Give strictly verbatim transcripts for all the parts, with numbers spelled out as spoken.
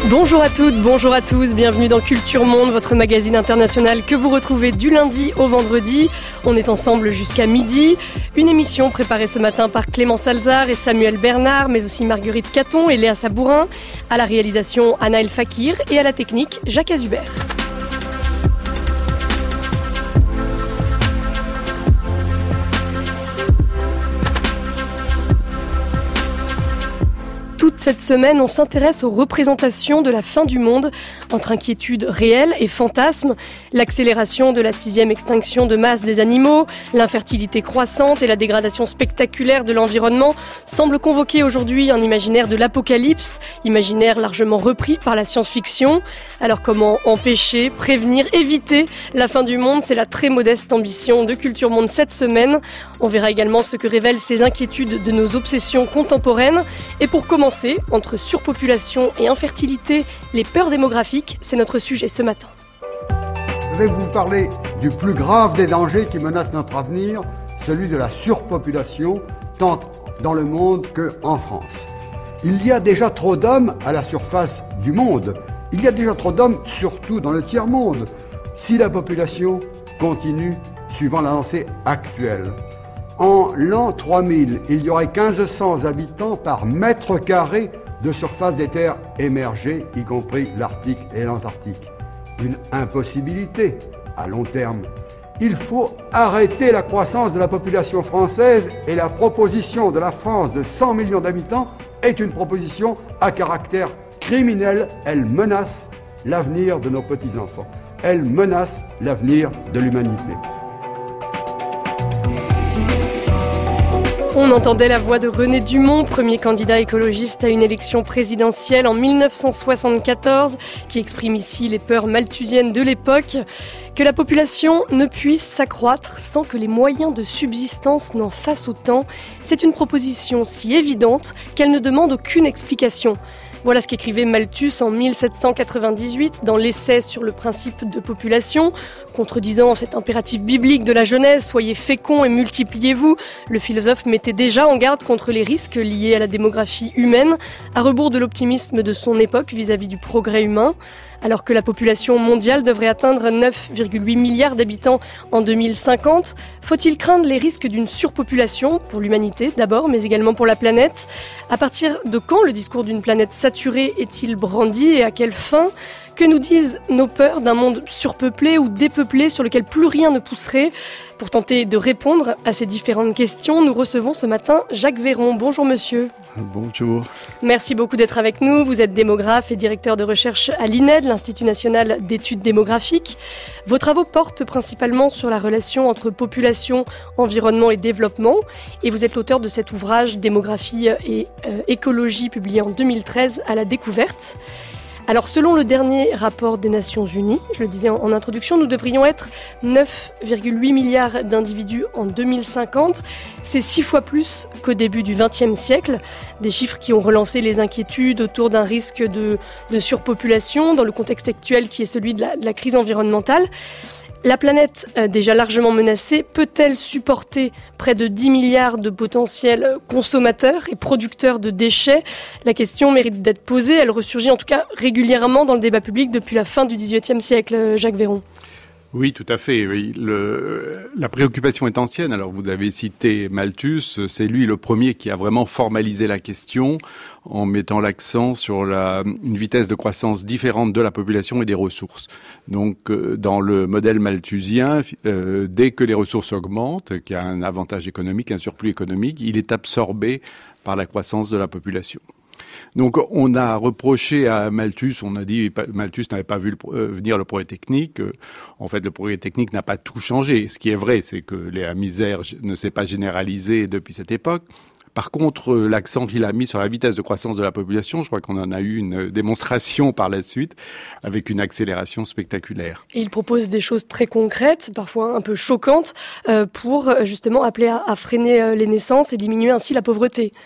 Bonjour à toutes, bonjour à tous, bienvenue dans Culture Monde, votre magazine international que vous retrouvez du lundi au vendredi. On est ensemble jusqu'à midi. Une émission préparée ce matin par Clément Salzar et Samuel Bernard, mais aussi Marguerite Caton et Léa Sabourin. À la réalisation, Anna El Fakir et à la technique, Jacques Azubert. Toute cette semaine, on s'intéresse aux représentations de la fin du monde, entre inquiétudes réelles et fantasmes, l'accélération de la sixième extinction de masse des animaux, l'infertilité croissante et la dégradation spectaculaire de l'environnement semblent convoquer aujourd'hui un imaginaire de l'apocalypse, imaginaire largement repris par la science-fiction. Alors comment empêcher, prévenir, éviter la fin du monde? C'est la très modeste ambition de Culture Monde cette semaine. On verra également ce que révèlent ces inquiétudes de nos obsessions contemporaines. Et pour commencer, entre surpopulation et infertilité, les peurs démographiques, c'est notre sujet ce matin. Je vais vous parler du plus grave des dangers qui menacent notre avenir, celui de la surpopulation, tant dans le monde qu'en France. Il y a déjà trop d'hommes à la surface du monde. Il y a déjà trop d'hommes, surtout dans le tiers-monde. Si la population continue suivant la lancée actuelle, en l'an trois mille, il y aurait mille cinq cents habitants par mètre carré de surface des terres émergées, y compris l'Arctique et l'Antarctique. Une impossibilité à long terme. Il faut arrêter la croissance de la population française et la proposition de la France de cent millions d'habitants est une proposition à caractère criminel. Elle menace l'avenir de nos petits-enfants. Elle menace l'avenir de l'humanité. On entendait la voix de René Dumont, premier candidat écologiste à une élection présidentielle en mille neuf cent soixante-quatorze, qui exprime ici les peurs malthusiennes de l'époque. Que la population ne puisse s'accroître sans que les moyens de subsistance n'en fassent autant, c'est une proposition si évidente qu'elle ne demande aucune explication. Voilà ce qu'écrivait Malthus en mille sept cent quatre-vingt-dix-huit dans l'essai sur le principe de population. Contredisant cet impératif biblique de la Genèse, soyez féconds et multipliez-vous, le philosophe mettait déjà en garde contre les risques liés à la démographie humaine, à rebours de l'optimisme de son époque vis-à-vis du progrès humain. Alors que la population mondiale devrait atteindre neuf virgule huit milliards d'habitants en deux mille cinquante, faut-il craindre les risques d'une surpopulation, pour l'humanité d'abord, mais également pour la planète? À partir de quand le discours d'une planète saturée est-il brandi et à quelle fin? Que nous disent nos peurs d'un monde surpeuplé ou dépeuplé sur lequel plus rien ne pousserait? Pour tenter de répondre à ces différentes questions, nous recevons ce matin Jacques Véron. Bonjour monsieur. Bonjour. Merci beaucoup d'être avec nous. Vous êtes démographe et directeur de recherche à l'I N E D, l'Institut national d'études démographiques. Vos travaux portent principalement sur la relation entre population, environnement et développement. Et vous êtes l'auteur de cet ouvrage Démographie et euh, écologie publié en deux mille treize à la Découverte. Alors, selon le dernier rapport des Nations Unies, je le disais en introduction, nous devrions être neuf virgule huit milliards d'individus en deux mille cinquante. C'est six fois plus qu'au début du vingtième siècle. Des chiffres qui ont relancé les inquiétudes autour d'un risque de, de surpopulation dans le contexte actuel qui est celui de la, de la crise environnementale. La planète, euh, déjà largement menacée, peut-elle supporter près de dix milliards de potentiels consommateurs et producteurs de déchets? La question mérite d'être posée. Elle ressurgit en tout cas régulièrement dans le débat public depuis la fin du dix-huitième siècle, Jacques Véron. Oui, tout à fait. Oui. Le, la préoccupation est ancienne. Alors, vous avez cité Malthus. C'est lui le premier qui a vraiment formalisé la question en mettant l'accent sur la, une vitesse de croissance différente de la population et des ressources. Donc, euh, dans le modèle malthusien, euh, dès que les ressources augmentent, qu'il y a un avantage économique, un surplus économique, il est absorbé par la croissance de la population. Donc, on a reproché à Malthus, on a dit Malthus n'avait pas vu le, euh, venir le progrès technique. Euh, en fait, le progrès technique n'a pas tout changé. Ce qui est vrai, c'est que la misère ne s'est pas généralisée depuis cette époque. Par contre, euh, l'accent qu'il a mis sur la vitesse de croissance de la population, je crois qu'on en a eu une démonstration par la suite, avec une accélération spectaculaire. Et il propose des choses très concrètes, parfois un peu choquantes, euh, pour justement appeler à, à freiner euh, les naissances et diminuer ainsi la pauvreté.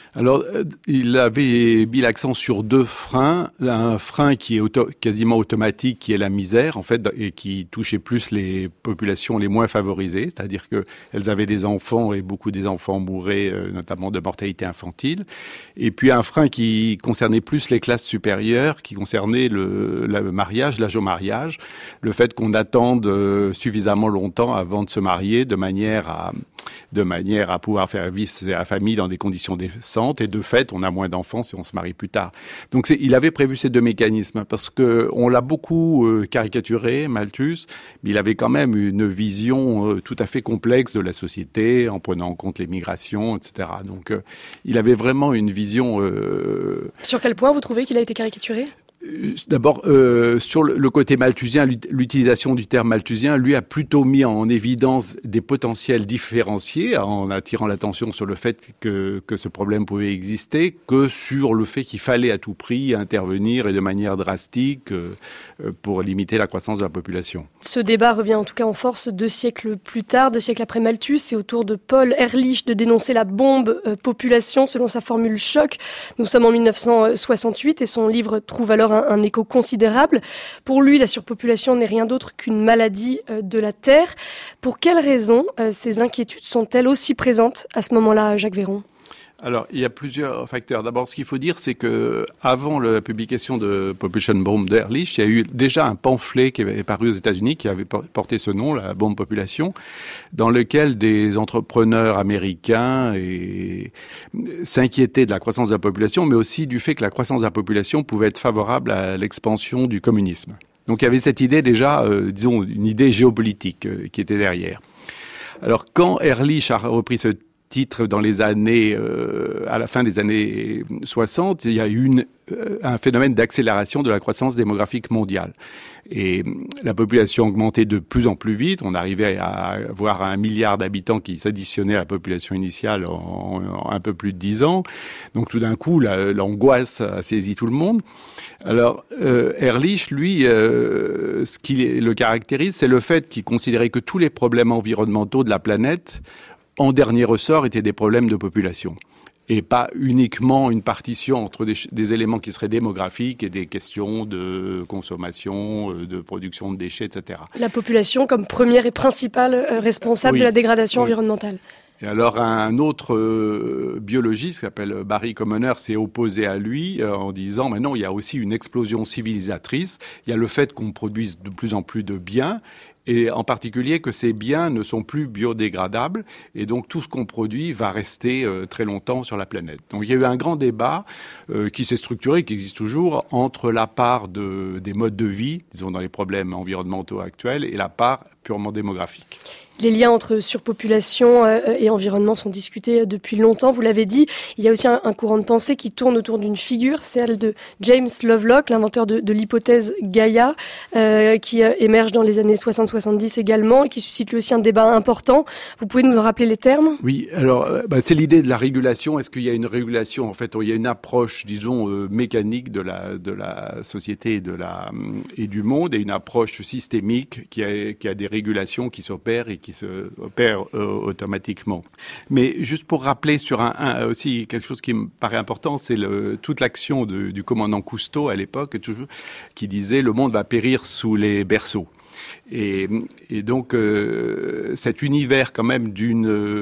Alors, il avait mis l'accent sur deux freins. Un frein qui est auto- quasiment automatique, qui est la misère, en fait, et qui touchait plus les populations les moins favorisées, c'est-à-dire qu'elles avaient des enfants et beaucoup des enfants mouraient, euh, notamment de mortalité infantile. Et puis un frein qui concernait plus les classes supérieures, qui concernait le, le mariage, l'âge au mariage, le fait qu'on attende euh, suffisamment longtemps avant de se marier, de manière à de manière à pouvoir faire vivre sa famille dans des conditions décentes. Et de fait, on a moins d'enfants si on se marie plus tard. Donc, c'est, il avait prévu ces deux mécanismes parce que on l'a beaucoup euh, caricaturé, Malthus, mais il avait quand même une vision euh, tout à fait complexe de la société en prenant en compte les migrations, et cetera. Donc, euh, il avait vraiment une vision... Euh... Sur quel point vous trouvez qu'il a été caricaturé ? D'abord, euh, sur le côté malthusien, l'utilisation du terme malthusien, lui a plutôt mis en évidence des potentiels différenciés, en attirant l'attention sur le fait que, que ce problème pouvait exister, que sur le fait qu'il fallait à tout prix intervenir et de manière drastique euh, pour limiter la croissance de la population. Ce débat revient en tout cas en force deux siècles plus tard, deux siècles après Malthus. C'est au tour de Paul Ehrlich de dénoncer la bombe euh, population selon sa formule choc. Nous sommes en dix-neuf cent soixante-huit et son livre trouve alors un, un écho considérable. Pour lui, la surpopulation n'est rien d'autre qu'une maladie euh, de la Terre. Pour quelles raisons euh, ces inquiétudes sont-elles aussi présentes à ce moment-là, Jacques Véron ? Alors, il y a plusieurs facteurs. D'abord, ce qu'il faut dire, c'est que avant la publication de Population Bomb d'Ehrlich, il y a eu déjà un pamphlet qui avait paru aux États-Unis, qui avait porté ce nom, la bombe population, dans lequel des entrepreneurs américains et... s'inquiétaient de la croissance de la population, mais aussi du fait que la croissance de la population pouvait être favorable à l'expansion du communisme. Donc, il y avait cette idée déjà, euh, disons, une idée géopolitique euh, qui était derrière. Alors, quand Ehrlich a repris ce titre dans les années, euh, à la fin des années soixante, il y a eu une, euh, un phénomène d'accélération de la croissance démographique mondiale. Et la population augmentait de plus en plus vite. On arrivait à avoir un milliard d'habitants qui s'additionnaient à la population initiale en, en un peu plus de dix ans. Donc tout d'un coup, la, l'angoisse a saisi tout le monde. Alors, euh, Ehrlich, lui, euh, ce qui le caractérise, c'est le fait qu'il considérait que tous les problèmes environnementaux de la planète, en dernier ressort, étaient des problèmes de population. Et pas uniquement une partition entre des, des éléments qui seraient démographiques et des questions de consommation, de production de déchets, et cetera. La population comme première et principale responsable oui. de la dégradation oui. environnementale. Et alors, un autre euh, biologiste qui s'appelle Barry Commoner s'est opposé à lui euh, en disant « Mais non, il y a aussi une explosion civilisatrice. Il y a le fait qu'on produise de plus en plus de biens. » Et en particulier que ces biens ne sont plus biodégradables et donc tout ce qu'on produit va rester euh, très longtemps sur la planète. Donc il y a eu un grand débat euh, qui s'est structuré, qui existe toujours, entre la part de, des modes de vie, disons dans les problèmes environnementaux actuels, et la part purement démographique. Les liens entre surpopulation et environnement sont discutés depuis longtemps. Vous l'avez dit, il y a aussi un, un courant de pensée qui tourne autour d'une figure, celle de James Lovelock, l'inventeur de, de l'hypothèse Gaïa, euh, qui euh, émerge dans les années soixante soixante-dix également et qui suscite lui aussi un débat important. Vous pouvez nous en rappeler les termes ? Oui, alors euh, bah, c'est l'idée de la régulation. Est-ce qu'il y a une régulation ? En fait, il y a une approche, disons, euh, mécanique de la, de la société et, de la, et du monde et une approche systémique qui a, qui a des régulations qui s'opèrent et qui qui se opère euh, automatiquement. Mais juste pour rappeler sur un, un aussi quelque chose qui me paraît important, c'est le, toute l'action de, du commandant Cousteau à l'époque, toujours, qui disait le monde va périr sous les berceaux. Et, et donc euh, cet univers quand même d'une euh,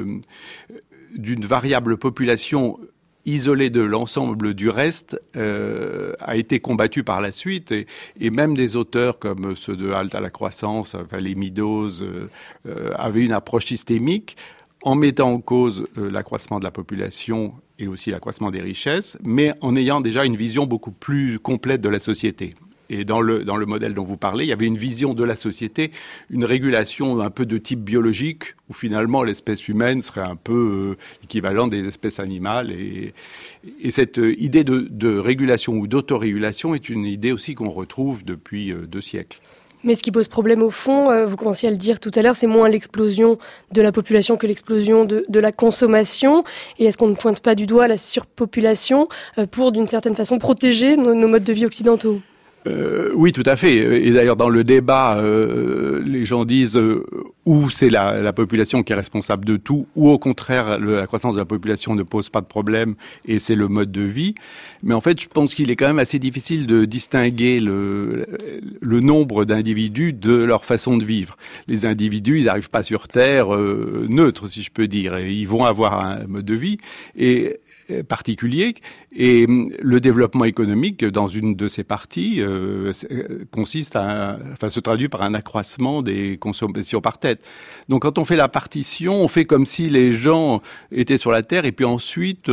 d'une variable population isolé de l'ensemble du reste, euh, a été combattu par la suite et, et même des auteurs comme ceux de Halte à la croissance, enfin, les Meadows, euh, euh, avaient une approche systémique en mettant en cause euh, l'accroissement de la population et aussi l'accroissement des richesses, mais en ayant déjà une vision beaucoup plus complète de la société. Et dans le, dans le modèle dont vous parlez, il y avait une vision de la société, une régulation un peu de type biologique, où finalement l'espèce humaine serait un peu euh, équivalente des espèces animales. Et, et cette idée de, de régulation ou d'autorégulation est une idée aussi qu'on retrouve depuis euh, deux siècles. Mais ce qui pose problème au fond, euh, vous commenciez à le dire tout à l'heure, c'est moins l'explosion de la population que l'explosion de, de la consommation. Et est-ce qu'on ne pointe pas du doigt la surpopulation euh, pour, d'une certaine façon, protéger nos, nos modes de vie occidentaux ? Euh, oui, tout à fait. Et d'ailleurs, dans le débat, euh, les gens disent euh, ou c'est la, la population qui est responsable de tout, ou au contraire, le, la croissance de la population ne pose pas de problème et c'est le mode de vie. Mais en fait, je pense qu'il est quand même assez difficile de distinguer le, le nombre d'individus de leur façon de vivre. Les individus, ils n'arrivent pas sur Terre euh, neutres, si je peux dire. Et ils vont avoir un mode de vie et particulier, et le développement économique dans une de ces parties euh, consiste à, enfin, se traduit par un accroissement des consommations par tête. Donc, quand on fait la partition, on fait comme si les gens étaient sur la terre, et puis ensuite,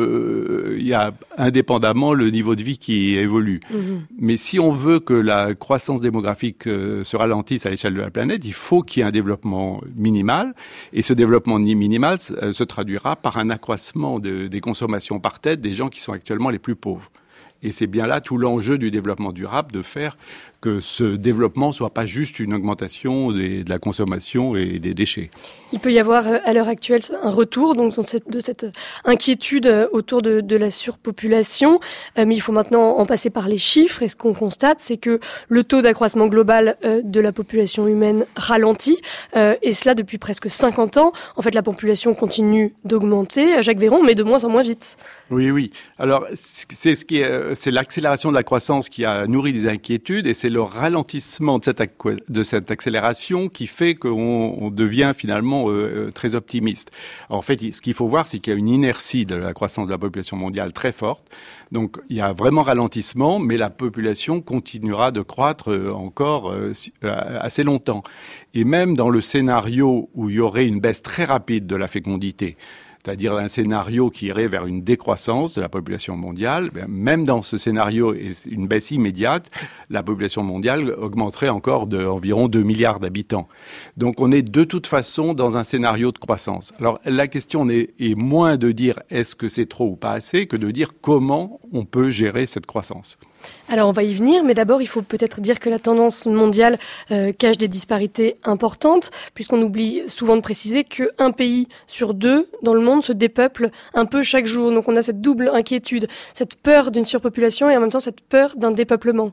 euh, il y a indépendamment le niveau de vie qui évolue. Mmh. Mais si on veut que la croissance démographique euh, se ralentisse à l'échelle de la planète, il faut qu'il y ait un développement minimal, et ce développement minimal euh, se traduira par un accroissement de, des consommations par tête des gens qui sont actuellement les plus pauvres. Et c'est bien là tout l'enjeu du développement durable, de faire que ce développement soit pas juste une augmentation des, de la consommation et des déchets. Il peut y avoir à l'heure actuelle un retour donc, de, cette, de cette inquiétude autour de, de la surpopulation, euh, mais il faut maintenant en passer par les chiffres. Et ce qu'on constate, c'est que le taux d'accroissement global euh, de la population humaine ralentit, euh, et cela depuis presque cinquante ans. En fait, la population continue d'augmenter, Jacques Véron, mais de moins en moins vite. Oui, oui. Alors, c'est, ce qui est, c'est l'accélération de la croissance qui a nourri des inquiétudes, et c'est le ralentissement de cette, de cette accélération qui fait qu'on on devient finalement euh, très optimiste. Alors, en fait, ce qu'il faut voir, c'est qu'il y a une inertie de la croissance de la population mondiale très forte. Donc, il y a vraiment ralentissement, mais la population continuera de croître encore euh, assez longtemps. Et même dans le scénario où il y aurait une baisse très rapide de la fécondité, c'est-à-dire un scénario qui irait vers une décroissance de la population mondiale, même dans ce scénario et une baisse immédiate, la population mondiale augmenterait encore d'environ deux milliards d'habitants. Donc on est de toute façon dans un scénario de croissance. Alors la question est, est moins de dire est-ce que c'est trop ou pas assez que de dire comment on peut gérer cette croissance. Alors on va y venir, mais d'abord il faut peut-être dire que la tendance mondiale euh, cache des disparités importantes, puisqu'on oublie souvent de préciser qu'un pays sur deux dans le monde se dépeuple un peu chaque jour. Donc on a cette double inquiétude, cette peur d'une surpopulation et en même temps cette peur d'un dépeuplement.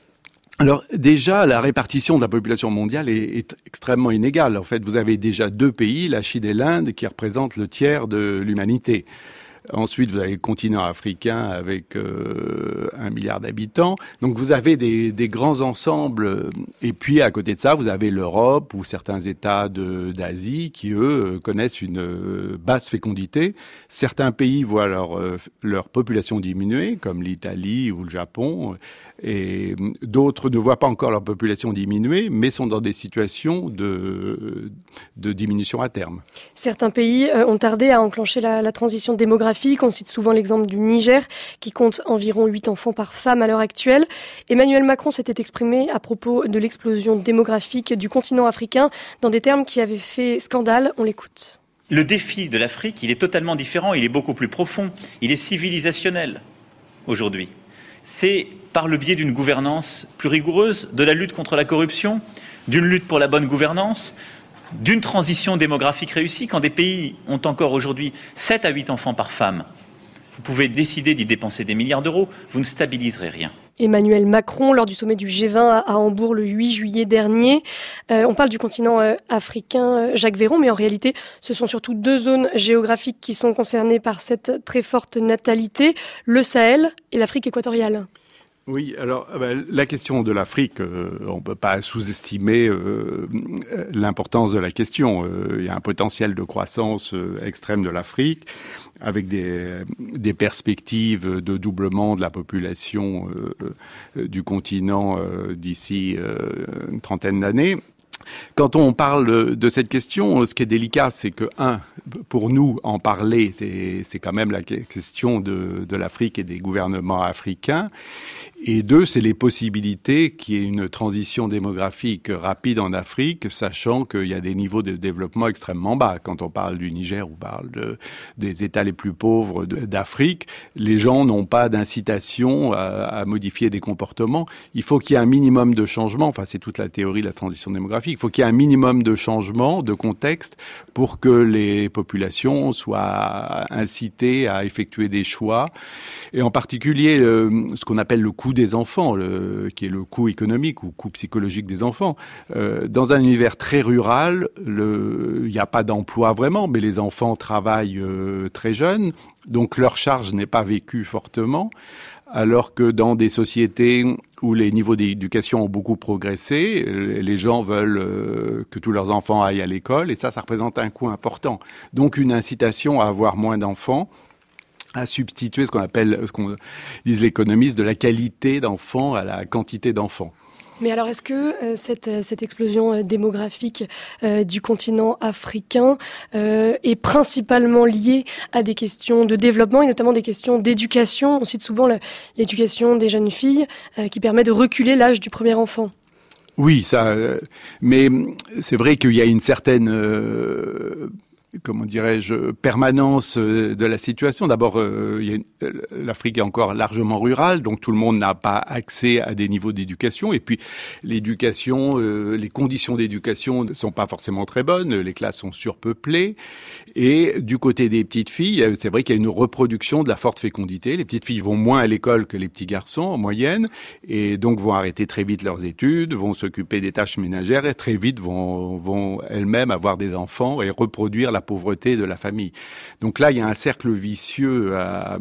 Alors déjà, la répartition de la population mondiale est, est extrêmement inégale. En fait, vous avez déjà deux pays, la Chine et l'Inde, qui représentent le tiers de l'humanité. Ensuite, vous avez le continent africain avec euh, un milliard d'habitants. Donc, vous avez des, des grands ensembles. Et puis, à côté de ça, vous avez l'Europe ou certains États de, d'Asie qui, eux, connaissent une euh, basse fécondité. Certains pays voient leur, euh, leur population diminuer, comme l'Italie ou le Japon. Et d'autres ne voient pas encore leur population diminuer, mais sont dans des situations de, de diminution à terme. Certains pays ont tardé à enclencher la, la transition démographique. On cite souvent l'exemple du Niger, qui compte environ huit enfants par femme à l'heure actuelle. Emmanuel Macron s'était exprimé à propos de l'explosion démographique du continent africain dans des termes qui avaient fait scandale. On l'écoute. Le défi de l'Afrique, il est totalement différent, il est beaucoup plus profond, il est civilisationnel aujourd'hui. C'est par le biais d'une gouvernance plus rigoureuse, de la lutte contre la corruption, d'une lutte pour la bonne gouvernance, d'une transition démographique réussie. Quand des pays ont encore aujourd'hui sept à huit enfants par femme, vous pouvez décider d'y dépenser des milliards d'euros, vous ne stabiliserez rien. Emmanuel Macron, lors du sommet du G vingt à Hambourg le huit juillet dernier. Euh, on parle du continent euh, africain, euh, Jacques Véron, mais en réalité, ce sont surtout deux zones géographiques qui sont concernées par cette très forte natalité, le Sahel et l'Afrique équatoriale. Oui, alors ben, la question de l'Afrique, euh, on ne peut pas sous-estimer euh, l'importance de la question. Euh, il y a un potentiel de croissance euh, extrême de l'Afrique, avec des, des perspectives de doublement de la population euh, du continent euh, d'ici euh, une trentaine d'années. Quand on parle de cette question, ce qui est délicat, c'est que, un, pour nous, en parler, c'est, c'est quand même la question de, de l'Afrique et des gouvernements africains. Et deux, c'est les possibilités qu'il y ait une transition démographique rapide en Afrique, sachant qu'il y a des niveaux de développement extrêmement bas. Quand on parle du Niger, on parle de, des États les plus pauvres de, d'Afrique. Les gens n'ont pas d'incitation à, à modifier des comportements. Il faut qu'il y ait un minimum de changement. Enfin, c'est toute la théorie de la transition démographique. Il faut qu'il y ait un minimum de changement, de contexte, pour que les populations soient incitées à effectuer des choix. Et en particulier, euh, ce qu'on appelle le coût des enfants, le, qui est le coût économique ou coût psychologique des enfants. Euh, dans un univers très rural, il n'y a pas d'emploi vraiment, mais les enfants travaillent euh, très jeunes, donc leur charge n'est pas vécue fortement. Alors que dans des sociétés où les niveaux d'éducation ont beaucoup progressé, les gens veulent que tous leurs enfants aillent à l'école, et ça, ça représente un coût important. Donc une incitation à avoir moins d'enfants, à substituer ce qu'on appelle, ce qu'on disent les économistes, de la qualité d'enfants à la quantité d'enfants. Mais alors, est-ce que euh, cette, cette explosion euh, démographique euh, du continent africain euh, est principalement liée à des questions de développement et notamment des questions d'éducation? On cite souvent la, l'éducation des jeunes filles euh, qui permet de reculer l'âge du premier enfant. Oui, ça. Euh, mais c'est vrai qu'il y a une certaine... Euh, comment dirais-je, permanence de la situation. D'abord, euh, il y a une, l'Afrique est encore largement rurale, donc tout le monde n'a pas accès à des niveaux d'éducation. Et puis, l'éducation, euh, les conditions d'éducation ne sont pas forcément très bonnes. Les classes sont surpeuplées. Et du côté des petites filles, c'est vrai qu'il y a une reproduction de la forte fécondité. Les petites filles vont moins à l'école que les petits garçons, en moyenne, et donc vont arrêter très vite leurs études, vont s'occuper des tâches ménagères et très vite vont, vont elles-mêmes avoir des enfants et reproduire la pauvreté de la famille. Donc là, il y a un cercle vicieux à,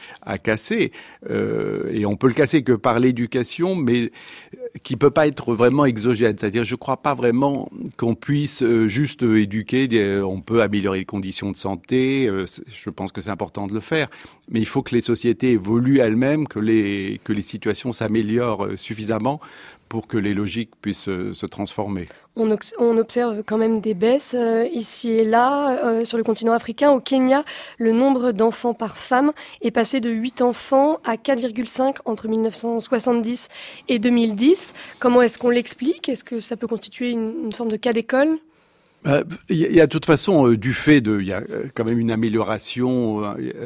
à casser, euh, et on peut le casser que par l'éducation, mais qui peut pas être vraiment exogène. C'est-à-dire, je crois pas vraiment qu'on puisse juste éduquer. On peut améliorer les conditions de santé. Je pense que c'est important de le faire, mais il faut que les sociétés évoluent elles-mêmes, que les que les situations s'améliorent suffisamment pour que les logiques puissent se transformer. On, ox- on observe quand même des baisses euh, ici et là. Euh, sur le continent africain, au Kenya, le nombre d'enfants par femme est passé de huit enfants à quatre virgule cinq entre dix-neuf cent soixante-dix et deux mille dix. Comment est-ce qu'on l'explique? Est-ce que ça peut constituer une, une forme de cas d'école? Il euh, y, y a de toute façon, euh, du fait de, il y a quand même une amélioration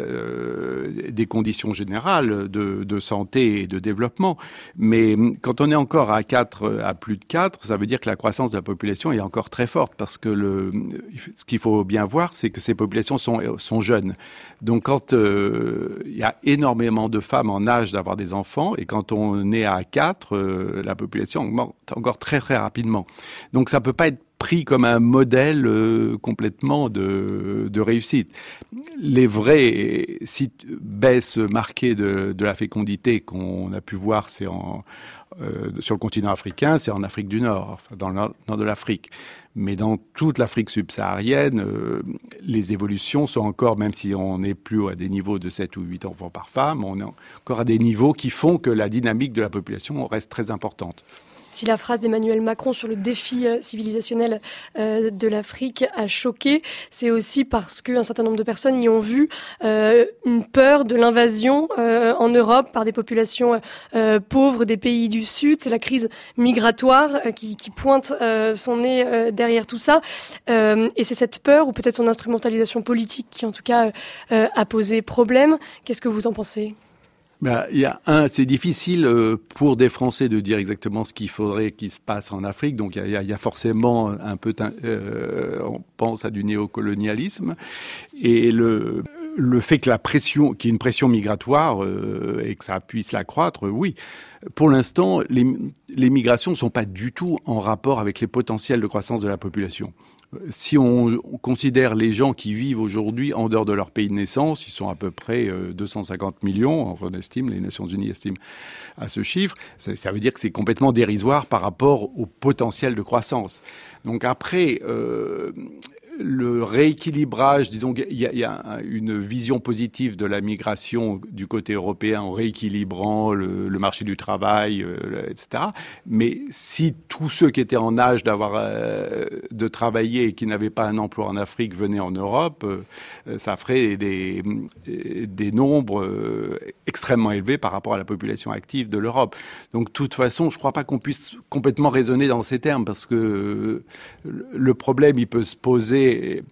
euh, des conditions générales de, de santé et de développement. Mais quand on est encore à quatre, à plus de quatre, ça veut dire que la croissance de la population est encore très forte, parce que le, ce qu'il faut bien voir, c'est que ces populations sont, sont jeunes. Donc quand euh, il y a énormément de femmes en âge d'avoir des enfants, et quand on est à quatre, euh, la population augmente encore très très rapidement. Donc ça peut pas être pris comme un modèle euh, complètement de, de réussite. Les vraies baisses marquées de, de la fécondité qu'on a pu voir, c'est en, euh, sur le continent africain, c'est en Afrique du Nord, enfin dans le nord de l'Afrique. Mais dans toute l'Afrique subsaharienne, euh, les évolutions sont encore, même si on n'est plus à des niveaux de sept ou huit enfants par femme, on est encore à des niveaux qui font que la dynamique de la population reste très importante. Si la phrase d'Emmanuel Macron sur le défi civilisationnel euh, de l'Afrique a choqué, c'est aussi parce qu'un certain nombre de personnes y ont vu euh, une peur de l'invasion euh, en Europe par des populations euh, pauvres des pays du Sud. C'est la crise migratoire euh, qui, qui pointe euh, son nez euh, derrière tout ça. Euh, et c'est cette peur, ou peut-être son instrumentalisation politique, qui en tout cas euh, a posé problème. Qu'est-ce que vous en pensez ? Ben, il y a un, c'est difficile euh, pour des Français de dire exactement ce qu'il faudrait qu'il se passe en Afrique. Donc il y a, il y a forcément un peu, euh, on pense à du néocolonialisme, et le le fait que la pression, qu'il y ait une pression migratoire euh, et que ça puisse l'accroître, oui. Pour l'instant, les, les migrations ne sont pas du tout en rapport avec les potentiels de croissance de la population. Si on, on considère les gens qui vivent aujourd'hui en dehors de leur pays de naissance, ils sont à peu près euh, deux cent cinquante millions, enfin on estime, les Nations Unies estiment à ce chiffre. Ça, ça veut dire que c'est complètement dérisoire par rapport au potentiel de croissance. Donc après, euh, le rééquilibrage, disons qu'il y a, il y a une vision positive de la migration du côté européen en rééquilibrant le, le marché du travail, euh, et cetera. Mais si tous ceux qui étaient en âge d'avoir euh, de travailler et qui n'avaient pas un emploi en Afrique venaient en Europe, euh, ça ferait des, des nombres euh, extrêmement élevés par rapport à la population active de l'Europe. Donc, de toute façon, je ne crois pas qu'on puisse complètement raisonner dans ces termes, parce que euh, le problème, il peut se poser.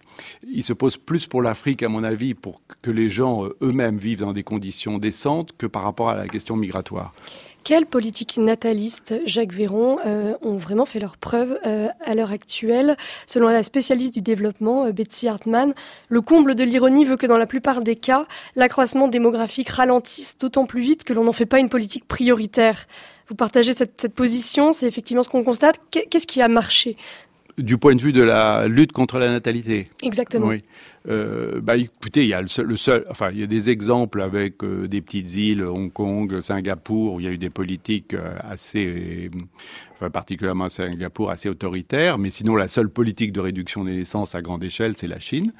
Il se pose plus pour l'Afrique, à mon avis, pour que les gens eux-mêmes vivent dans des conditions décentes, que par rapport à la question migratoire. Quelles politiques natalistes, Jacques Véron, euh, ont vraiment fait leurs preuves euh, à l'heure actuelle? Selon la spécialiste du développement, euh, Betsy Hartmann, le comble de l'ironie veut que dans la plupart des cas, l'accroissement démographique ralentisse d'autant plus vite que l'on n'en fait pas une politique prioritaire. Vous partagez cette, cette position, c'est effectivement ce qu'on constate. Qu'est-ce qui a marché? Du point de vue de la lutte contre la natalité. Exactement. Oui. Euh, bah, écoutez, il y a le seul, le seul, enfin, il y a des exemples avec euh, des petites îles, Hong Kong, Singapour, où il y a eu des politiques euh, assez, euh, enfin, particulièrement à Singapour, assez autoritaires. Mais sinon, la seule politique de réduction des naissances à grande échelle, c'est la Chine.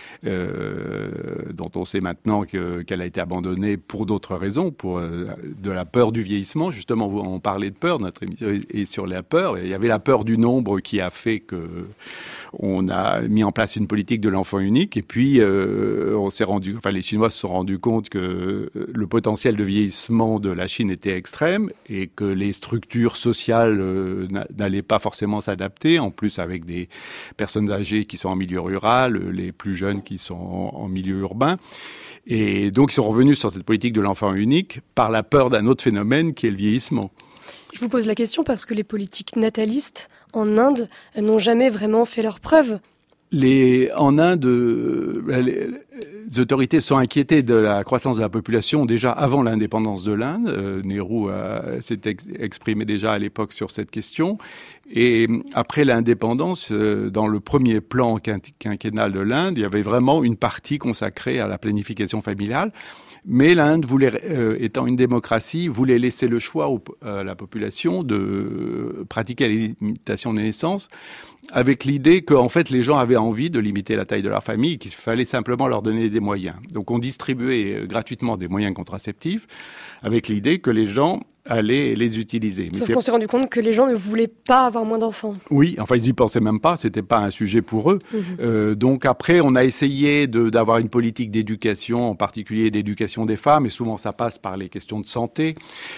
Euh, dont on sait maintenant que, qu'elle a été abandonnée pour d'autres raisons, pour euh, de la peur du vieillissement. Justement, on parlait de peur, notre émission est sur la peur. Et il y avait la peur du nombre qui a fait que on a mis en place une politique de l'enfant unique. Et puis, euh, on s'est rendu, enfin, les Chinois se sont rendus compte que le potentiel de vieillissement de la Chine était extrême et que les structures sociales euh, n'allaient pas forcément s'adapter. En plus, avec des personnes âgées qui sont en milieu rural, les plus jeunes qui sont en, en milieu urbain. Et donc, ils sont revenus sur cette politique de l'enfant unique par la peur d'un autre phénomène qui est le vieillissement. Je vous pose la question parce que les politiques natalistes en Inde n'ont jamais vraiment fait leurs preuves. Les, en Inde, les, les autorités sont inquiétées de la croissance de la population déjà avant l'indépendance de l'Inde. Euh, Nehru a, s'est ex, exprimé déjà à l'époque sur cette question. Et après l'indépendance, euh, dans le premier plan quinquennal de l'Inde, il y avait vraiment une partie consacrée à la planification familiale. Mais l'Inde, voulait, euh, étant une démocratie, voulait laisser le choix au, à la population de pratiquer la limitation des naissances, avec l'idée qu'en fait les gens avaient envie de limiter la taille de leur famille, qu'il fallait simplement leur donner des moyens. Donc on distribuait gratuitement des moyens contraceptifs, avec l'idée que les gens allaient les utiliser. Sauf qu'on s'est rendu compte que les gens ne voulaient pas avoir moins d'enfants. Oui, enfin ils n'y pensaient même pas, c'était pas un sujet pour eux. Mmh. Euh, donc après on a essayé de, d'avoir une politique d'éducation, en particulier d'éducation des femmes, et souvent ça passe par les questions de santé,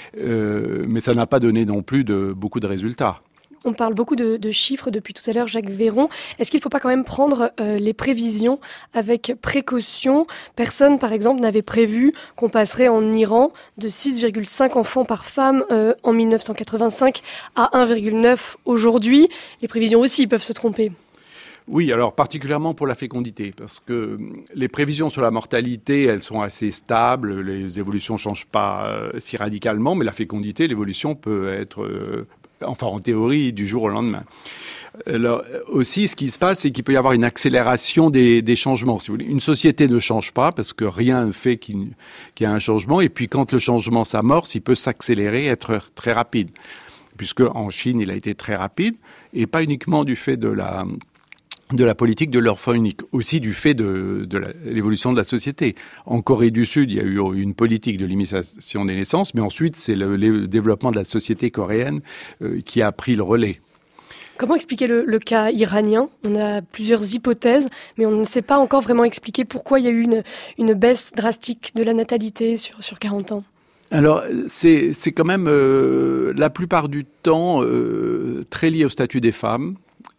euh, mais ça n'a pas donné non plus de, beaucoup de résultats. On parle beaucoup de, de chiffres depuis tout à l'heure, Jacques Véron. Est-ce qu'il ne faut pas quand même prendre euh, les prévisions avec précaution? Personne, par exemple, n'avait prévu qu'on passerait en Iran de six virgule cinq enfants par femme euh, en dix-neuf cent quatre-vingt-cinq à un virgule neuf aujourd'hui. Les prévisions aussi peuvent se tromper. Oui, alors particulièrement pour la fécondité, parce que les prévisions sur la mortalité, elles sont assez stables, les évolutions ne changent pas euh, si radicalement, mais la fécondité, l'évolution peut être... Euh, enfin en théorie, du jour au lendemain. Alors, aussi, ce qui se passe, c'est qu'il peut y avoir une accélération des, des changements. Si vous voulez. Une société ne change pas parce que rien ne fait qu'il, qu'il y a un changement. Et puis, quand le changement s'amorce, il peut s'accélérer, être très rapide. Puisque en Chine, il a été très rapide, et pas uniquement du fait de la... de la politique de l'enfant unique, aussi du fait de, de la, l'évolution de la société. En Corée du Sud, il y a eu une politique de limitation des naissances, mais ensuite, c'est le, le développement de la société coréenne euh, qui a pris le relais. Comment expliquer le, le cas iranien? On a plusieurs hypothèses, mais on ne sait pas encore vraiment expliquer pourquoi il y a eu une, une baisse drastique de la natalité sur, sur quarante ans. Alors, c'est, c'est quand même, euh, la plupart du temps, euh, très lié au statut des femmes.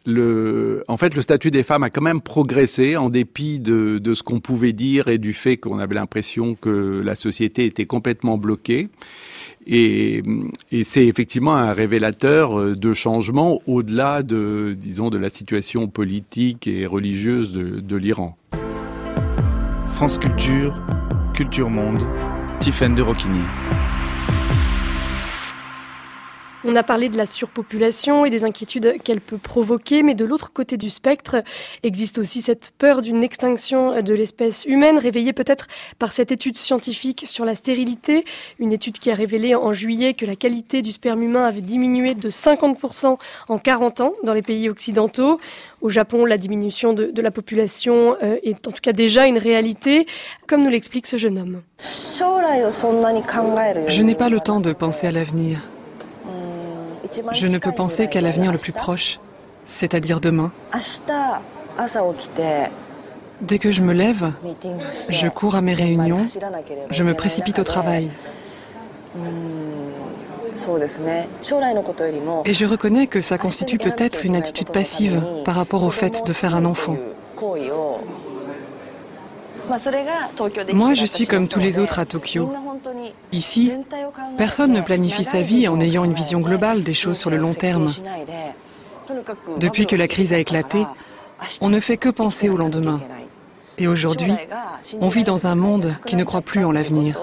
Le, en fait, le statut des femmes a quand même progressé en dépit de, de ce qu'on pouvait dire et du fait qu'on avait l'impression que la société était complètement bloquée. Et, et c'est effectivement un révélateur de changement au-delà de, disons, de la situation politique et religieuse de, de l'Iran. France Culture, Culture Monde, Tiffaine de Roquigny. On a parlé de la surpopulation et des inquiétudes qu'elle peut provoquer, mais de l'autre côté du spectre existe aussi cette peur d'une extinction de l'espèce humaine, réveillée peut-être par cette étude scientifique sur la stérilité, une étude qui a révélé en juillet que la qualité du sperme humain avait diminué de cinquante pour cent en quarante ans dans les pays occidentaux. Au Japon, la diminution de, de la population euh, est en tout cas déjà une réalité, comme nous l'explique ce jeune homme. Je n'ai pas le temps de penser à l'avenir. Je ne peux penser qu'à l'avenir le plus proche, c'est-à-dire demain. Dès que je me lève, je cours à mes réunions, je me précipite au travail. Et je reconnais que ça constitue peut-être une attitude passive par rapport au fait de faire un enfant. Moi, je suis comme tous les autres à Tokyo. Ici, personne ne planifie sa vie en ayant une vision globale des choses sur le long terme. Depuis que la crise a éclaté, on ne fait que penser au lendemain. Et aujourd'hui, on vit dans un monde qui ne croit plus en l'avenir.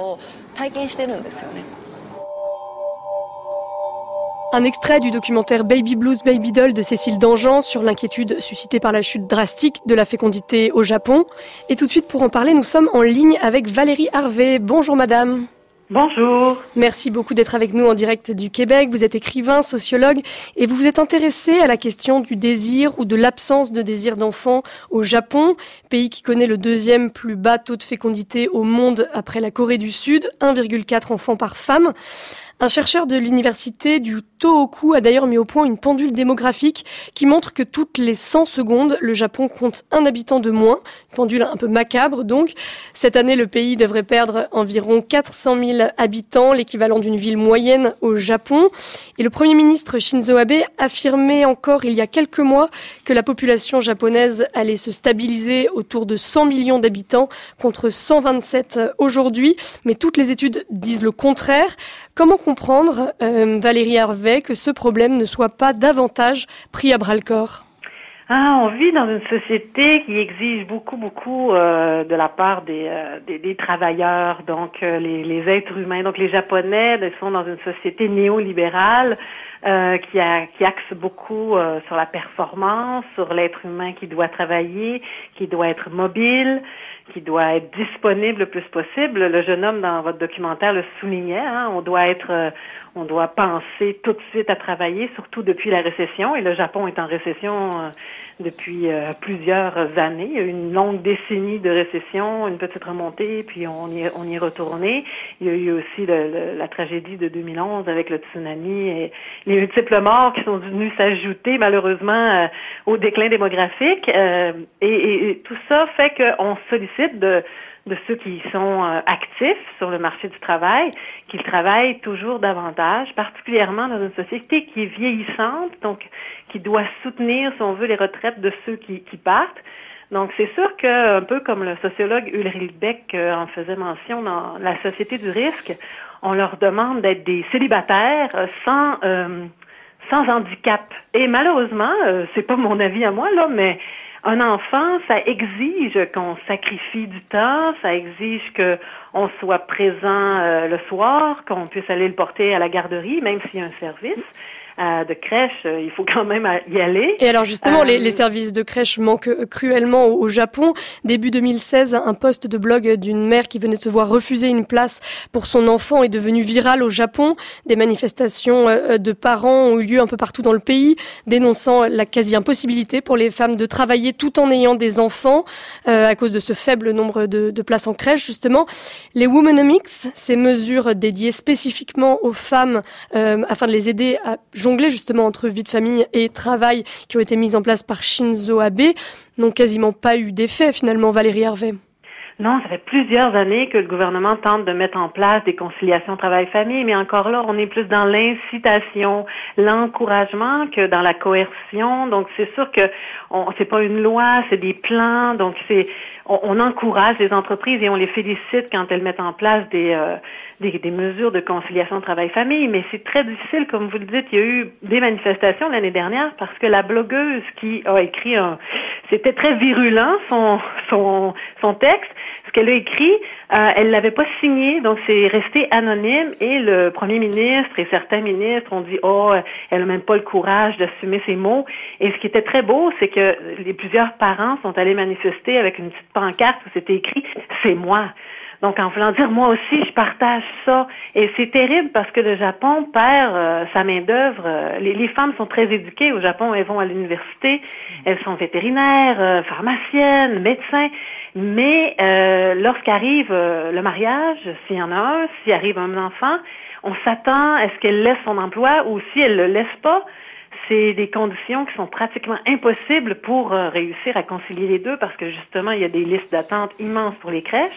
Un extrait du documentaire Baby Blues Baby Doll de Cécile Dangean sur l'inquiétude suscitée par la chute drastique de la fécondité au Japon. Et tout de suite, pour en parler, nous sommes en ligne avec Valérie Harvey. Bonjour madame. Bonjour. Merci beaucoup d'être avec nous en direct du Québec. Vous êtes écrivain, sociologue et vous vous êtes intéressé à la question du désir ou de l'absence de désir d'enfant au Japon, pays qui connaît le deuxième plus bas taux de fécondité au monde après la Corée du Sud, un virgule quatre enfants par femme. Un chercheur de l'université du Tohoku a d'ailleurs mis au point une pendule démographique qui montre que toutes les cent secondes, le Japon compte un habitant de moins. Une pendule un peu macabre donc. Cette année, le pays devrait perdre environ quatre cent mille habitants, l'équivalent d'une ville moyenne au Japon. Et le Premier ministre Shinzo Abe affirmait encore il y a quelques mois que la population japonaise allait se stabiliser autour de cent millions d'habitants contre cent vingt-sept aujourd'hui. Mais toutes les études disent le contraire. Comment comprendre, euh, Valérie Harvey, que ce problème ne soit pas davantage pris à bras-le-corps? Ah, on vit dans une société qui exige beaucoup, beaucoup euh, de la part des, euh, des, des travailleurs, donc euh, les, les êtres humains. Donc les Japonais ils sont dans une société néolibérale euh, qui, a, qui axe beaucoup euh, sur la performance, sur l'être humain qui doit travailler, qui doit être mobile, qui doit être disponible le plus possible. Le jeune homme dans votre documentaire le soulignait, hein, on doit être, euh, on doit penser tout de suite à travailler, surtout depuis la récession. Et le Japon est en récession euh, depuis euh, plusieurs années. Il y a eu une longue décennie de récession, une petite remontée, puis on y, on y est retourné. Il y a eu aussi le, le, la tragédie de deux mille onze avec le tsunami et les multiples morts qui sont venus s'ajouter malheureusement euh, au déclin démographique. Euh, et, et, et tout ça fait qu'on sollicite de de ceux qui sont euh, actifs sur le marché du travail, qu'ils travaillent toujours davantage, particulièrement dans une société qui est vieillissante, donc qui doit soutenir, si on veut, les retraites de ceux qui, qui partent. Donc, c'est sûr que, un peu comme le sociologue Ulrich Beck euh, en faisait mention dans la société du risque, on leur demande d'être des célibataires euh, sans euh, sans handicap. Et malheureusement, euh, c'est pas mon avis à moi là, mais un enfant, ça exige qu'on sacrifie du temps, ça exige qu'on soit présent euh, le soir, qu'on puisse aller le porter à la garderie, même s'il y a un service. Euh, de crèche, euh, il faut quand même y aller. Et alors justement, euh, les, les services de crèche manquent cruellement au, au Japon. Début deux mille seize, un post de blog d'une mère qui venait de se voir refuser une place pour son enfant est devenu viral au Japon. Des manifestations euh, de parents ont eu lieu un peu partout dans le pays, dénonçant la quasi-impossibilité pour les femmes de travailler tout en ayant des enfants, euh, à cause de ce faible nombre de, de places en crèche, justement. Les Womenomics, ces mesures dédiées spécifiquement aux femmes, euh, afin de les aider à jongler justement entre vie de famille et travail qui ont été mises en place par Shinzo Abe n'ont quasiment pas eu d'effet finalement, Valérie Harvey. Non, ça fait plusieurs années que le gouvernement tente de mettre en place des conciliations travail-famille, mais encore là, on est plus dans l'incitation, l'encouragement que dans la coercion. Donc, c'est sûr que on, c'est pas une loi, c'est des plans. Donc, c'est on, on encourage les entreprises et on les félicite quand elles mettent en place des euh, Des, des mesures de conciliation travail-famille, mais c'est très difficile, comme vous le dites. Il y a eu des manifestations l'année dernière parce que la blogueuse qui a écrit un... C'était très virulent, son, son, son texte. Ce qu'elle a écrit, euh, elle l'avait pas signé, donc c'est resté anonyme et le premier ministre et certains ministres ont dit « Oh, elle a même pas le courage d'assumer ses mots ». Et ce qui était très beau, c'est que les plusieurs parents sont allés manifester avec une petite pancarte où c'était écrit « C'est moi ». Donc, en voulant dire, moi aussi, je partage ça. Et c'est terrible parce que le Japon perd euh, sa main-d'œuvre. Les, les femmes sont très éduquées au Japon. Elles vont à l'université. Elles sont vétérinaires, euh, pharmaciennes, médecins. Mais euh, lorsqu'arrive euh, le mariage, s'il y en a un, s'il arrive un enfant, on s'attend à ce qu'elle laisse son emploi ou si elle le laisse pas. C'est des conditions qui sont pratiquement impossibles pour euh, réussir à concilier les deux parce que justement, il y a des listes d'attente immenses pour les crèches.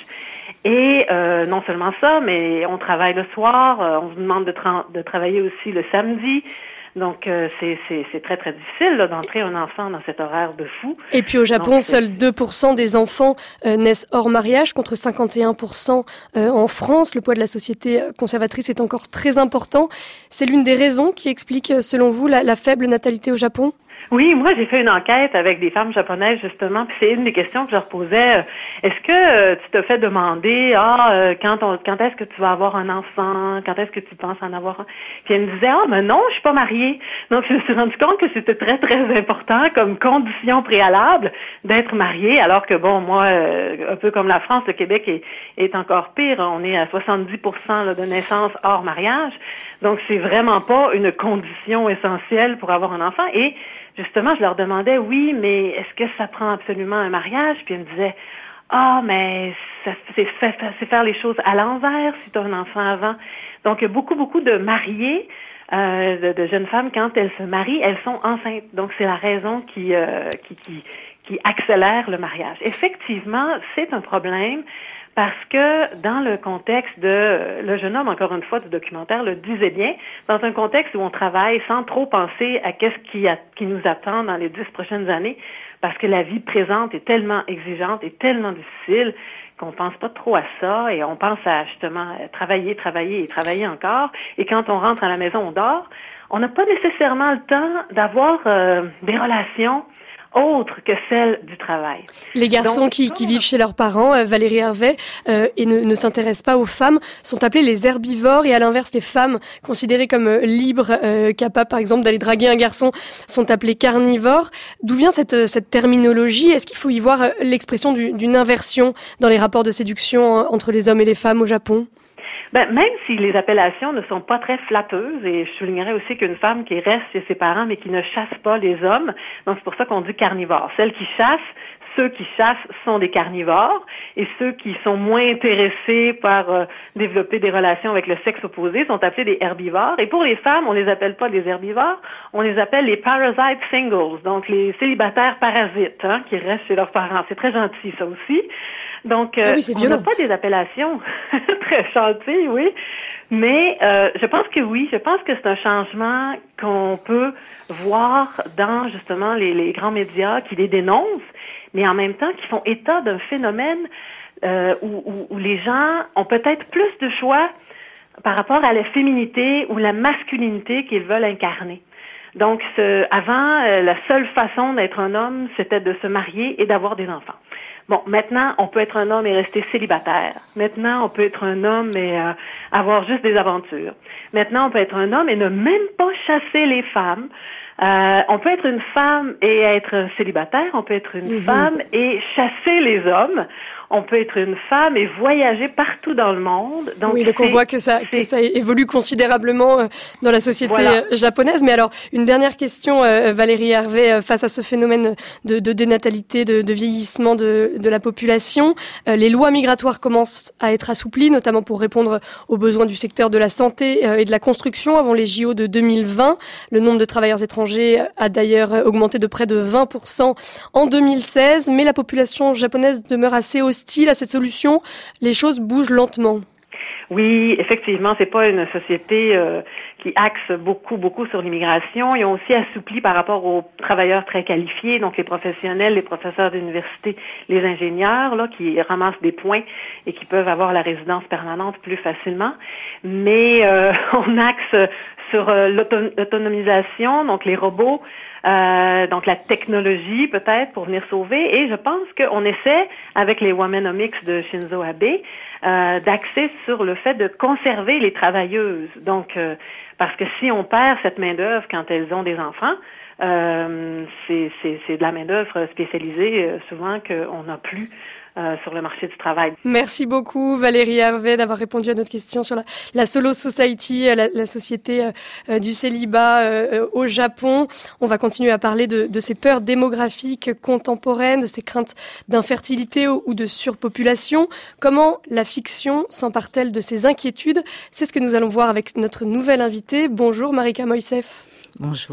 Et euh, non seulement ça, mais on travaille le soir, euh, on vous demande de, tra- de travailler aussi le samedi. Donc, euh, c'est, c'est, c'est très, très difficile là, d'entrer un enfant dans cet horaire de fou. Et puis au Japon, Donc, seuls deux pour cent des enfants euh, naissent hors mariage, contre cinquante et un pour cent euh, en France. Le poids de la société conservatrice est encore très important. C'est l'une des raisons qui explique, selon vous, la, la faible natalité au Japon ? Oui, moi j'ai fait une enquête avec des femmes japonaises justement, puis c'est une des questions que je leur posais. Est-ce que euh, tu te fais demander ah euh, quand on, quand est-ce que tu vas avoir un enfant, quand est-ce que tu penses en avoir un? Puis elle me disait ah mais non, je suis pas mariée. Donc je me suis rendu compte que c'était très très important comme condition préalable d'être mariée, alors que bon moi euh, un peu comme la France, le Québec est, est encore pire. On est à soixante-dix pour cent là, de naissances hors mariage, donc c'est vraiment pas une condition essentielle pour avoir un enfant. Et justement, je leur demandais, oui, mais est-ce que ça prend absolument un mariage? Puis ils me disaient, ah, mais ça, c'est, c'est, c'est faire les choses à l'envers si tu as un enfant avant. Donc, beaucoup, beaucoup de mariés, euh, de, de jeunes femmes, quand elles se marient, elles sont enceintes. Donc, c'est la raison qui, euh, qui, qui, qui accélère le mariage. Effectivement, c'est un problème. Parce que dans le contexte de, le jeune homme, encore une fois, du documentaire le disait bien, dans un contexte où on travaille sans trop penser à qu'est-ce qui, a, qui nous attend dans les dix prochaines années, parce que la vie présente est tellement exigeante et tellement difficile qu'on pense pas trop à ça et on pense à justement travailler, travailler et travailler encore. Et quand on rentre à la maison, on dort. On n'a pas nécessairement le temps d'avoir euh, des relations autre que celle du travail. Les garçons Donc, qui, qui vivent chez leurs parents, euh, Valérie Hervé, euh, et ne, ne s'intéressent pas aux femmes, sont appelés les herbivores, et à l'inverse, les femmes considérées comme euh, libres, euh, capables par exemple d'aller draguer un garçon, sont appelées carnivores. D'où vient cette, cette terminologie ? Est-ce qu'il faut y voir euh, l'expression du, d'une inversion dans les rapports de séduction euh, entre les hommes et les femmes au Japon ? Ben, même si les appellations ne sont pas très flatteuses, et je soulignerais aussi qu'une femme qui reste chez ses parents mais qui ne chasse pas les hommes, donc c'est pour ça qu'on dit carnivore. Celles qui chassent, ceux qui chassent sont des carnivores, et ceux qui sont moins intéressés par euh, développer des relations avec le sexe opposé sont appelés des herbivores. Et pour les femmes, on les appelle pas des herbivores, on les appelle les parasite singles, donc les célibataires parasites, hein, qui restent chez leurs parents. C'est très gentil, ça aussi. Donc, euh, ah oui, on n'a pas des appellations très gentilles, oui. Mais euh, je pense que oui, je pense que c'est un changement qu'on peut voir dans, justement, les, les grands médias qui les dénoncent, mais en même temps qui font état d'un phénomène euh, où, où, où les gens ont peut-être plus de choix par rapport à la féminité ou la masculinité qu'ils veulent incarner. Donc, ce, avant, euh, la seule façon d'être un homme, c'était de se marier et d'avoir des enfants. Bon, maintenant, on peut être un homme et rester célibataire. Maintenant, on peut être un homme et euh, avoir juste des aventures. Maintenant, on peut être un homme et ne même pas chasser les femmes. Euh, on peut être une femme et être célibataire. On peut être une mmh. femme et chasser les hommes. On peut être une femme et voyager partout dans le monde. Donc, oui, donc on voit que ça, que ça évolue considérablement euh, dans la société voilà. euh, japonaise. Mais alors, une dernière question, euh, Valérie Hervé, euh, face à ce phénomène de, de dénatalité, de, de vieillissement de, de la population. Euh, les lois migratoires commencent à être assouplies, notamment pour répondre aux besoins du secteur de la santé euh, et de la construction avant les J O de deux mille vingt. Le nombre de travailleurs étrangers a d'ailleurs augmenté de près de vingt pour cent en deux mille seize, mais la population japonaise demeure assez hostile à cette solution. Les choses bougent lentement. Oui, effectivement, c'est pas une société euh, qui axe beaucoup, beaucoup sur l'immigration. Ils ont aussi assoupli par rapport aux travailleurs très qualifiés, donc les professionnels, les professeurs d'université, les ingénieurs, là, qui ramassent des points et qui peuvent avoir la résidence permanente plus facilement. Mais euh, on axe sur euh, l'auton- l'autonomisation, donc les robots, Euh, donc la technologie peut-être pour venir sauver, et je pense qu'on essaie avec les Womenomics de Shinzo Abe euh, d'axer sur le fait de conserver les travailleuses. Donc euh, parce que si on perd cette main-d'œuvre quand elles ont des enfants, euh, c'est, c'est, c'est de la main-d'œuvre spécialisée euh, souvent qu'on n'a plus Euh, sur le marché du travail. Merci beaucoup Valérie Hervé d'avoir répondu à notre question sur la, la Solo Society, la, la société euh, du célibat euh, au Japon. On va continuer à parler de, de ces peurs démographiques contemporaines, de ces craintes d'infertilité ou, ou de surpopulation. Comment la fiction s'empare-t-elle de ces inquiétudes ? C'est ce que nous allons voir avec notre nouvelle invitée. Bonjour Marika Moïsef. Bonjour.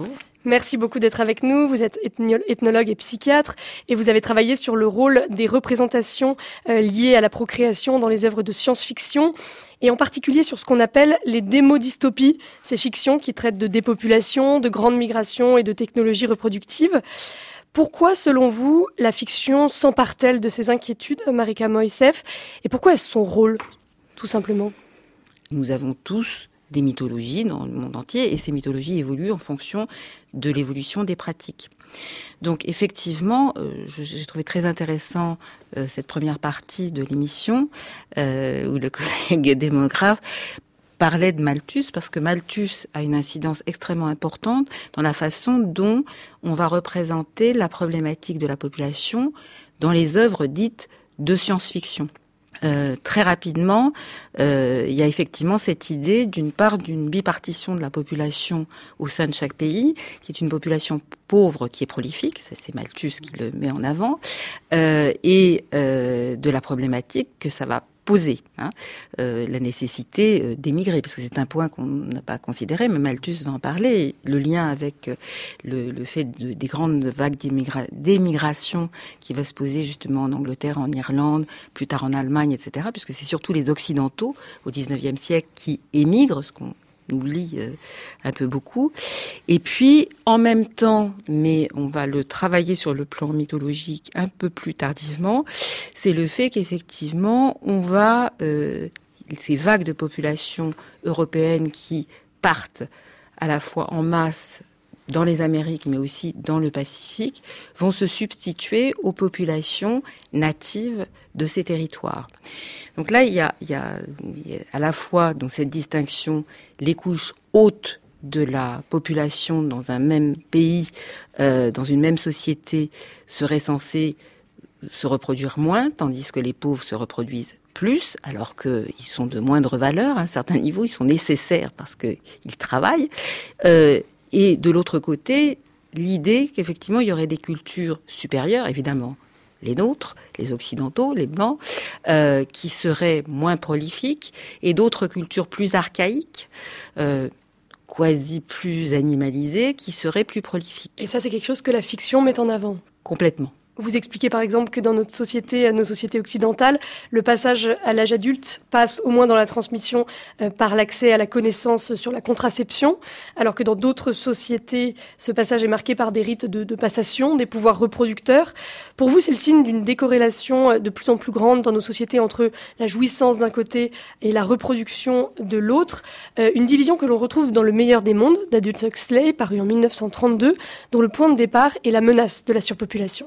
Merci beaucoup d'être avec nous. Vous êtes ethnologue et psychiatre et vous avez travaillé sur le rôle des représentations euh, liées à la procréation dans les œuvres de science-fiction et en particulier sur ce qu'on appelle les démodystopies, ces fictions qui traitent de dépopulation, de grandes migrations et de technologies reproductives. Pourquoi, selon vous, la fiction s'empare-t-elle de ces inquiétudes, Marika Moïsef, et pourquoi est-ce son rôle, tout simplement ? Nous avons tous des mythologies dans le monde entier et ces mythologies évoluent en fonction de l'évolution des pratiques. Donc effectivement, euh, j'ai trouvé très intéressant euh, cette première partie de l'émission euh, où le collègue démographe parlait de Malthus parce que Malthus a une incidence extrêmement importante dans la façon dont on va représenter la problématique de la population dans les œuvres dites de science-fiction. Euh, très rapidement, euh, il y a effectivement cette idée, d'une part, d'une bipartition de la population au sein de chaque pays, qui est une population pauvre qui est prolifique, ça c'est Malthus qui le met en avant, euh, et euh, de la problématique que ça va poser, hein, euh, la nécessité euh, d'émigrer, parce que c'est un point qu'on n'a pas considéré, mais Malthus va en parler, le lien avec euh, le, le fait de, des grandes vagues d'immigra- d'émigration qui va se poser justement en Angleterre, en Irlande, plus tard en Allemagne, et cetera, puisque c'est surtout les Occidentaux au dix-neuvième siècle qui émigrent, ce qu'on oublie euh, un peu beaucoup. Et puis, en même temps, mais on va le travailler sur le plan mythologique un peu plus tardivement, c'est le fait qu'effectivement, on va, euh, ces vagues de population européennes qui partent à la fois en masse dans les Amériques, mais aussi dans le Pacifique, vont se substituer aux populations natives de ces territoires. Donc là, il y a, il y a, il y a à la fois donc cette distinction, les couches hautes de la population dans un même pays, euh, dans une même société, seraient censées se reproduire moins, tandis que les pauvres se reproduisent plus, alors qu'ils sont de moindre valeur à un certain niveau, ils sont nécessaires parce qu'ils travaillent. Euh, et de l'autre côté, l'idée qu'effectivement, il y aurait des cultures supérieures, évidemment, les nôtres, les occidentaux, les blancs, euh, qui seraient moins prolifiques, et d'autres cultures plus archaïques, euh, quasi plus animalisées, qui seraient plus prolifiques. Et ça, c'est quelque chose que la fiction met en avant. Complètement. Vous expliquez par exemple que dans notre société, nos sociétés occidentales, le passage à l'âge adulte passe au moins dans la transmission euh, par l'accès à la connaissance sur la contraception, alors que dans d'autres sociétés, ce passage est marqué par des rites de, de passation, des pouvoirs reproducteurs. Pour vous, c'est le signe d'une décorrélation de plus en plus grande dans nos sociétés entre la jouissance d'un côté et la reproduction de l'autre. Euh, une division que l'on retrouve dans Le meilleur des mondes d'Aldous Huxley, paru en dix-neuf cent trente-deux, dont le point de départ est la menace de la surpopulation.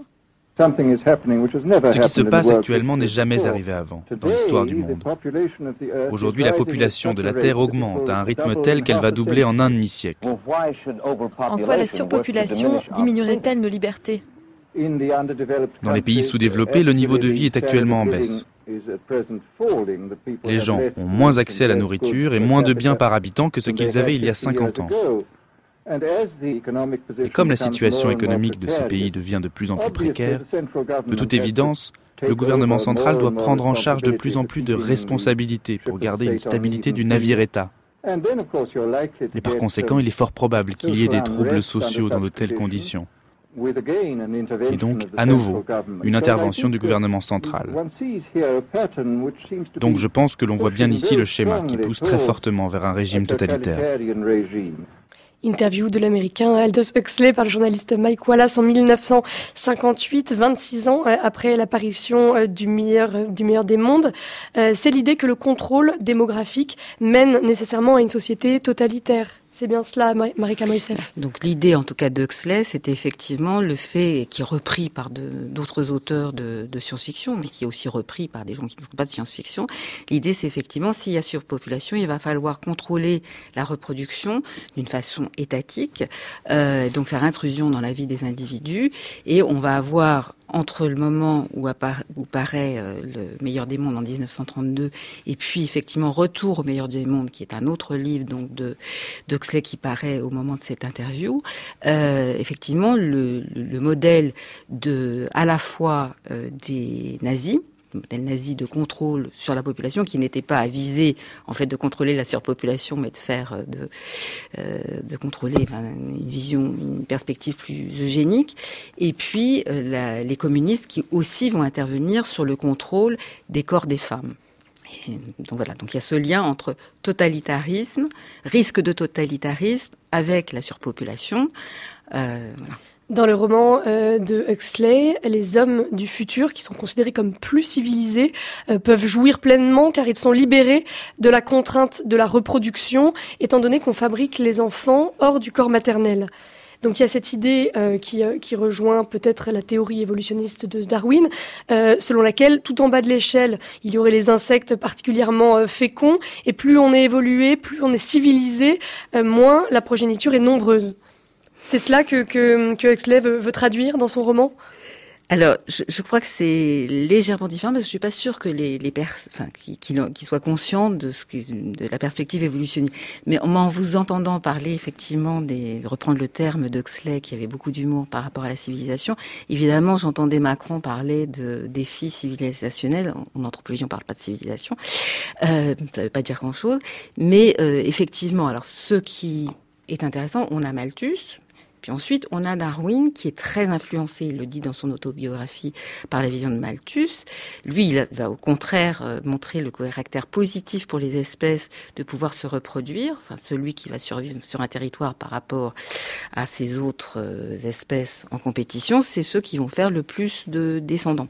Ce qui se passe actuellement n'est jamais arrivé avant dans l'histoire du monde. Aujourd'hui, la population de la Terre augmente à un rythme tel qu'elle va doubler en un demi-siècle. En quoi la surpopulation diminuerait-elle nos libertés ? Dans les pays sous-développés, le niveau de vie est actuellement en baisse. Les gens ont moins accès à la nourriture et moins de biens par habitant que ce qu'ils avaient il y a cinquante ans. Et comme la situation économique de ces pays devient de plus en plus précaire, de toute évidence, le gouvernement central doit prendre en charge de plus en plus de responsabilités pour garder une stabilité du navire-État. Et par conséquent, il est fort probable qu'il y ait des troubles sociaux dans de telles conditions. Et donc, à nouveau, une intervention du gouvernement central. Donc je pense que l'on voit bien ici le schéma qui pousse très fortement vers un régime totalitaire. Interview de l'américain Aldous Huxley par le journaliste Mike Wallace en dix-neuf cent cinquante-huit, vingt-six ans après l'apparition du meilleur, du meilleur des mondes. C'est l'idée que le contrôle démographique mène nécessairement à une société totalitaire. C'est bien cela, Marika Moïsef. Donc l'idée, en tout cas, de Huxley, c'était effectivement le fait, qui est repris par de, d'autres auteurs de, de science-fiction, mais qui est aussi repris par des gens qui ne sont pas de science-fiction. L'idée, c'est effectivement, s'il y a surpopulation, il va falloir contrôler la reproduction d'une façon étatique, euh, donc faire intrusion dans la vie des individus, et on va avoir entre le moment où, appara- où paraît euh, le meilleur des mondes en dix-neuf cent trente-deux et puis effectivement Retour au meilleur des mondes, qui est un autre livre donc de d'Huxley qui paraît au moment de cette interview, euh, effectivement le, le, le modèle de à la fois euh, des nazis modèle nazi de contrôle sur la population, qui n'était pas à viser en fait de contrôler la surpopulation, mais de faire de, euh, de contrôler enfin, une vision, une perspective plus eugénique. Et puis euh, la, les communistes qui aussi vont intervenir sur le contrôle des corps des femmes. Et donc voilà, donc il y a ce lien entre totalitarisme, risque de totalitarisme avec la surpopulation. Euh, voilà. Dans le roman euh, de Huxley, les hommes du futur, qui sont considérés comme plus civilisés, euh, peuvent jouir pleinement car ils sont libérés de la contrainte de la reproduction, étant donné qu'on fabrique les enfants hors du corps maternel. Donc il y a cette idée euh, qui, euh, qui rejoint peut-être la théorie évolutionniste de Darwin, euh, selon laquelle tout en bas de l'échelle, il y aurait les insectes particulièrement euh, féconds, et plus on est évolué, plus on est civilisé, euh, moins la progéniture est nombreuse. C'est cela que, que, que Huxley veut, veut traduire dans son roman ? Alors, je, je crois que c'est légèrement différent, parce que je suis pas sûre que les, les personnes, enfin, qui, qui, qui soient conscients de ce qui, de la perspective évolutionniste. Mais en vous entendant parler, effectivement, des, reprendre le terme d'Huxley, qui avait beaucoup d'humour par rapport à la civilisation, évidemment, j'entendais Macron parler de défis civilisationnels. En anthropologie, on parle pas de civilisation. Euh, ça veut pas dire grand chose. Mais, euh, effectivement, alors, ce qui est intéressant, on a Malthus. Puis ensuite, on a Darwin qui est très influencé, il le dit dans son autobiographie, par la vision de Malthus. Lui, il va au contraire euh, montrer le caractère positif pour les espèces de pouvoir se reproduire, enfin celui qui va survivre sur un territoire par rapport à ces autres euh, espèces en compétition, c'est ceux qui vont faire le plus de descendants.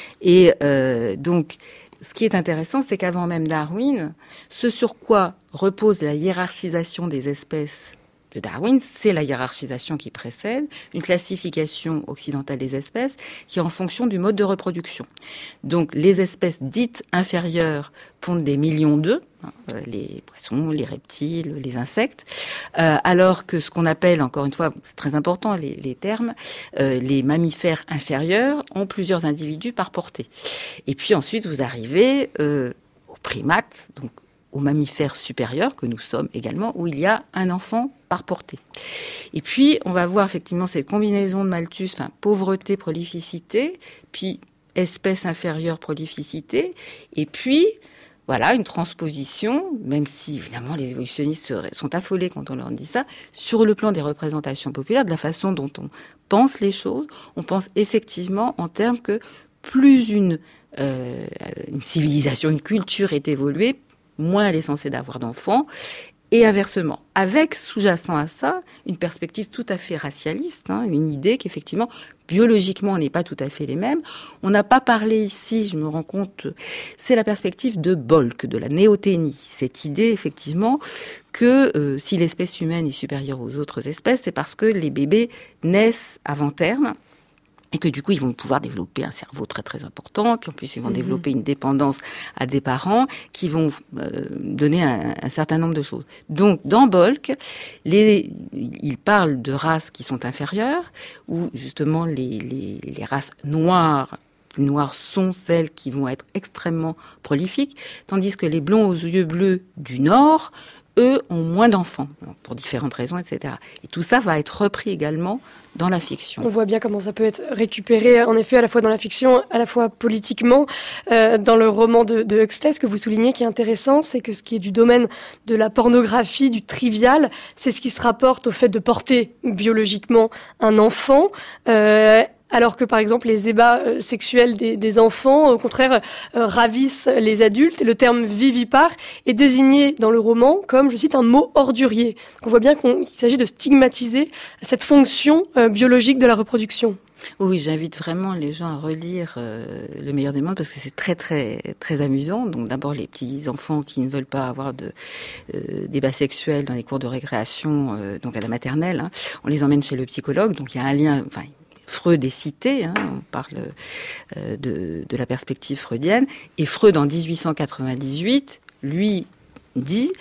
Et euh, donc, ce qui est intéressant, c'est qu'avant même Darwin, ce sur quoi repose la hiérarchisation des espèces de Darwin, c'est la hiérarchisation qui précède, une classification occidentale des espèces qui est en fonction du mode de reproduction. Donc les espèces dites inférieures pondent des millions d'œufs, hein, les poissons, les reptiles, les insectes, euh, alors que ce qu'on appelle, encore une fois, c'est très important les, les termes, euh, les mammifères inférieurs ont plusieurs individus par portée. Et puis ensuite vous arrivez euh, aux primates, donc aux mammifères supérieurs, que nous sommes également, où il y a un enfant par portée. Et puis, on va voir effectivement cette combinaison de Malthus, enfin, pauvreté, prolificité, puis espèce inférieure, prolificité, et puis, voilà, une transposition, même si, évidemment, les évolutionnistes sont affolés quand on leur dit ça, sur le plan des représentations populaires, de la façon dont on pense les choses, on pense effectivement en termes que plus une, euh, une civilisation, une culture est évoluée, moins elle est censée d'avoir d'enfants, et inversement. Avec, sous-jacent à ça, une perspective tout à fait racialiste, hein, une idée qu'effectivement, biologiquement, on n'est pas tout à fait les mêmes. On n'a pas parlé ici, je me rends compte, c'est la perspective de Bolk, de la néothénie. Cette idée, effectivement, que euh, si l'espèce humaine est supérieure aux autres espèces, c'est parce que les bébés naissent avant terme, et que du coup, ils vont pouvoir développer un cerveau très très important, puis en plus, ils vont mmh. développer une dépendance à des parents qui vont euh, donner un, un certain nombre de choses. Donc, dans Bolk, les, il parle de races qui sont inférieures, où justement les, les, les races noires, les noires sont celles qui vont être extrêmement prolifiques, tandis que les blonds aux yeux bleus du Nord, eux, ont moins d'enfants, pour différentes raisons, et cetera. Et tout ça va être repris également dans la fiction. On voit bien comment ça peut être récupéré, en effet, à la fois dans la fiction, à la fois politiquement. Euh, dans le roman de, de Huxley, ce que vous soulignez qui est intéressant, c'est que ce qui est du domaine de la pornographie, du trivial, c'est ce qui se rapporte au fait de porter biologiquement un enfant. Euh, Alors que, par exemple, les ébats euh, sexuels des, des enfants, au contraire, euh, ravissent les adultes. Et le terme vivipare est désigné dans le roman comme, je cite, un mot ordurier. Donc on voit bien qu'on, qu'il s'agit de stigmatiser cette fonction euh, biologique de la reproduction. Oui, j'invite vraiment les gens à relire euh, Le meilleur des mondes parce que c'est très très très amusant. Donc d'abord les petits enfants qui ne veulent pas avoir de euh, débat sexuel dans les cours de récréation, euh, donc à la maternelle, hein, on les emmène chez le psychologue. Donc il y a un lien. Enfin, Freud est cité, hein, on parle euh, de, de la perspective freudienne, et Freud en dix-huit cent quatre-vingt-dix-huit, lui, dit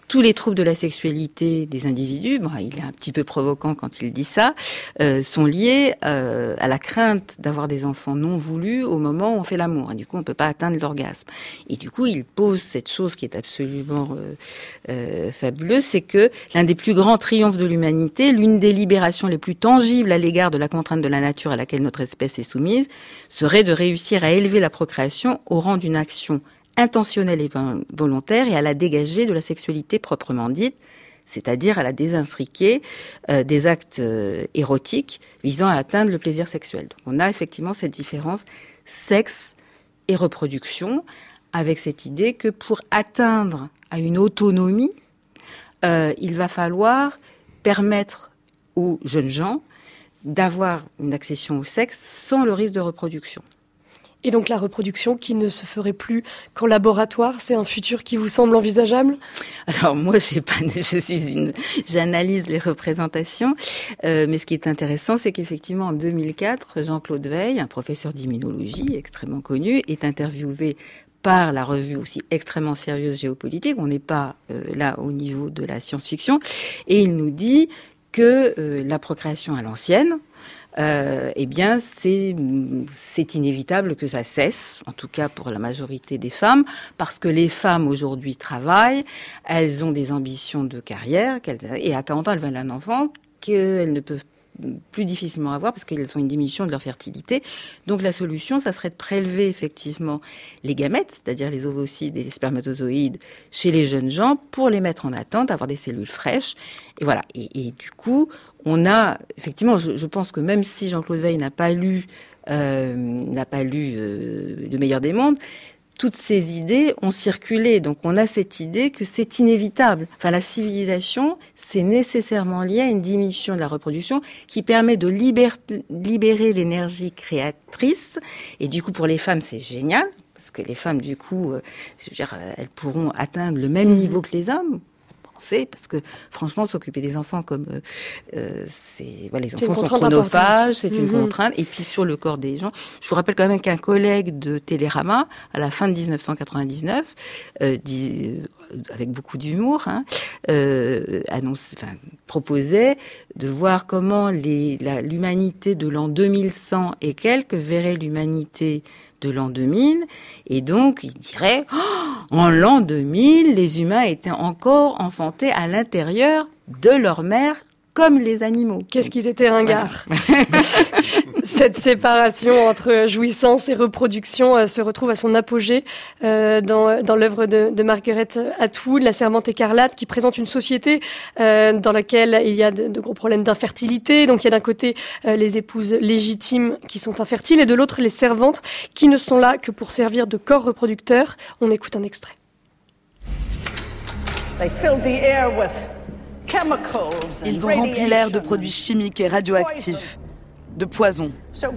tous les troubles de la sexualité des individus, bon, il est un petit peu provoquant quand il dit ça, euh, sont liés euh, à la crainte d'avoir des enfants non voulus au moment où on fait l'amour. Et du coup, on peut pas atteindre l'orgasme. Et du coup, il pose cette chose qui est absolument euh, euh, fabuleuse, c'est que l'un des plus grands triomphes de l'humanité, l'une des libérations les plus tangibles à l'égard de la contrainte de la nature à laquelle notre espèce est soumise, serait de réussir à élever la procréation au rang d'une action intentionnelle et volontaire et à la dégager de la sexualité proprement dite, c'est-à-dire à la désintriquer euh, des actes euh, érotiques visant à atteindre le plaisir sexuel. Donc on a effectivement cette différence sexe et reproduction, avec cette idée que pour atteindre à une autonomie, euh, il va falloir permettre aux jeunes gens d'avoir une accession au sexe sans le risque de reproduction. Et donc la reproduction qui ne se ferait plus qu'en laboratoire, c'est un futur qui vous semble envisageable ? Alors moi, j'ai pas, je suis une, j'analyse les représentations, euh, mais ce qui est intéressant, c'est qu'effectivement en deux mille quatre, Jean-Claude Weil, un professeur d'immunologie extrêmement connu, est interviewé par la revue aussi extrêmement sérieuse Géopolitique. On n'est pas euh, là au niveau de la science-fiction, et il nous dit que euh, la procréation à l'ancienne, Euh, eh bien, c'est, c'est inévitable que ça cesse, en tout cas pour la majorité des femmes, parce que les femmes aujourd'hui travaillent, elles ont des ambitions de carrière, et à quarante ans, elles veulent un enfant qu'elles ne peuvent plus difficilement avoir parce qu'elles ont une diminution de leur fertilité. Donc la solution, ça serait de prélever effectivement les gamètes, c'est-à-dire les ovocytes et les spermatozoïdes chez les jeunes gens pour les mettre en attente, avoir des cellules fraîches. Et voilà. Et, et du coup, on a effectivement, je, je pense que même si Jean-Claude Weil n'a pas lu, euh, n'a pas lu euh, Le meilleur des mondes, toutes ces idées ont circulé. Donc on a cette idée que c'est inévitable. Enfin, la civilisation, c'est nécessairement lié à une diminution de la reproduction qui permet de libérer, libérer l'énergie créatrice. Et du coup, pour les femmes, c'est génial. Parce que les femmes, du coup, euh, je veux dire, elles pourront atteindre le même niveau que les hommes. Parce que franchement, s'occuper des enfants comme euh, euh, c'est voilà, les enfants sont chronophages, c'est une mmh. contrainte. Et puis sur le corps des gens, je vous rappelle quand même qu'un collègue de Télérama, à la fin de dix-neuf cent quatre-vingt-dix-neuf, euh, dit, euh, avec beaucoup d'humour, hein, euh, annonce, enfin, proposait de voir comment les, la, l'humanité de l'an deux mille cent et quelques verrait l'humanité de l'an deux mille, et donc il dirait oh, en l'an deux mille, les humains étaient encore enfantés à l'intérieur de leur mère comme les animaux. Qu'est-ce qu'ils étaient ringards. Voilà. Cette séparation entre jouissance et reproduction euh, se retrouve à son apogée euh, dans, dans l'œuvre de, de Margaret Atwood, La Servante écarlate, qui présente une société euh, dans laquelle il y a de, de gros problèmes d'infertilité. Donc il y a d'un côté euh, les épouses légitimes qui sont infertiles et de l'autre les servantes qui ne sont là que pour servir de corps reproducteur. On écoute un extrait. They filled the air with Ils ont rempli l'air de produits chimiques et radioactifs, de poison.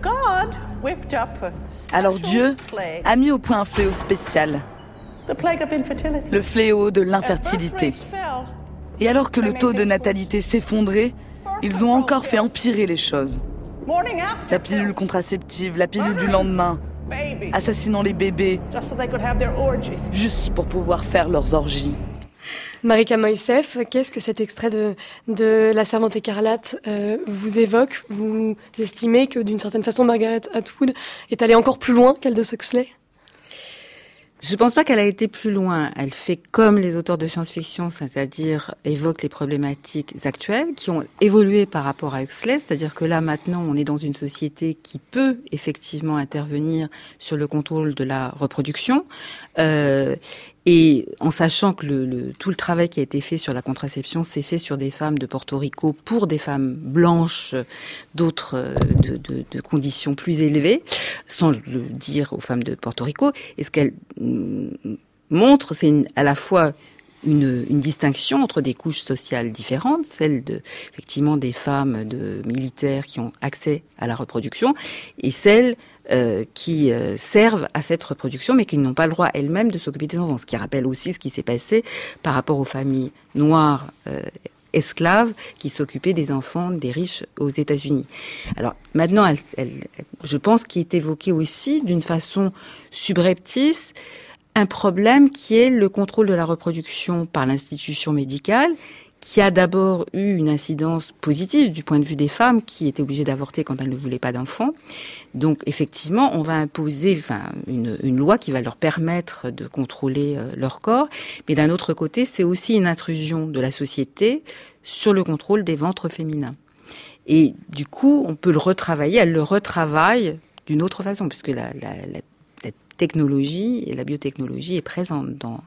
Alors Dieu a mis au point un fléau spécial, le fléau de l'infertilité. Et alors que le taux de natalité s'effondrait, ils ont encore fait empirer les choses. La pilule contraceptive, la pilule du lendemain, assassinant les bébés, juste pour pouvoir faire leurs orgies. Marika Moïsef, qu'est-ce que cet extrait de, de La Servante écarlate euh, vous évoque ? Vous estimez que d'une certaine façon Margaret Atwood est allée encore plus loin qu'Aldous Huxley ? Je ne pense pas qu'elle a été plus loin. Elle fait comme les auteurs de science-fiction, c'est-à-dire évoque les problématiques actuelles qui ont évolué par rapport à Huxley, c'est-à-dire que là maintenant on est dans une société qui peut effectivement intervenir sur le contrôle de la reproduction. Euh, Et en sachant que le, le, tout le travail qui a été fait sur la contraception s'est fait sur des femmes de Porto Rico pour des femmes blanches d'autres de, de, de conditions plus élevées, sans le dire aux femmes de Porto Rico. Et ce qu'elle montre, c'est une, à la fois une, une distinction entre des couches sociales différentes, celle de effectivement des femmes de militaires qui ont accès à la reproduction, et celles Euh, qui euh, servent à cette reproduction, mais qui n'ont pas le droit elles-mêmes de s'occuper des enfants. Ce qui rappelle aussi ce qui s'est passé par rapport aux familles noires euh, esclaves qui s'occupaient des enfants des riches aux États-Unis. Alors maintenant, elle, elle, je pense qu'il est évoqué aussi d'une façon subreptice un problème qui est le contrôle de la reproduction par l'institution médicale, qui a d'abord eu une incidence positive du point de vue des femmes qui étaient obligées d'avorter quand elles ne voulaient pas d'enfants. Donc effectivement, on va imposer enfin, une, une loi qui va leur permettre de contrôler euh, leur corps. Mais d'un autre côté, c'est aussi une intrusion de la société sur le contrôle des ventres féminins. Et du coup, on peut le retravailler, elle le retravaille d'une autre façon, puisque la, la, la, la technologie et la biotechnologie est présente dans...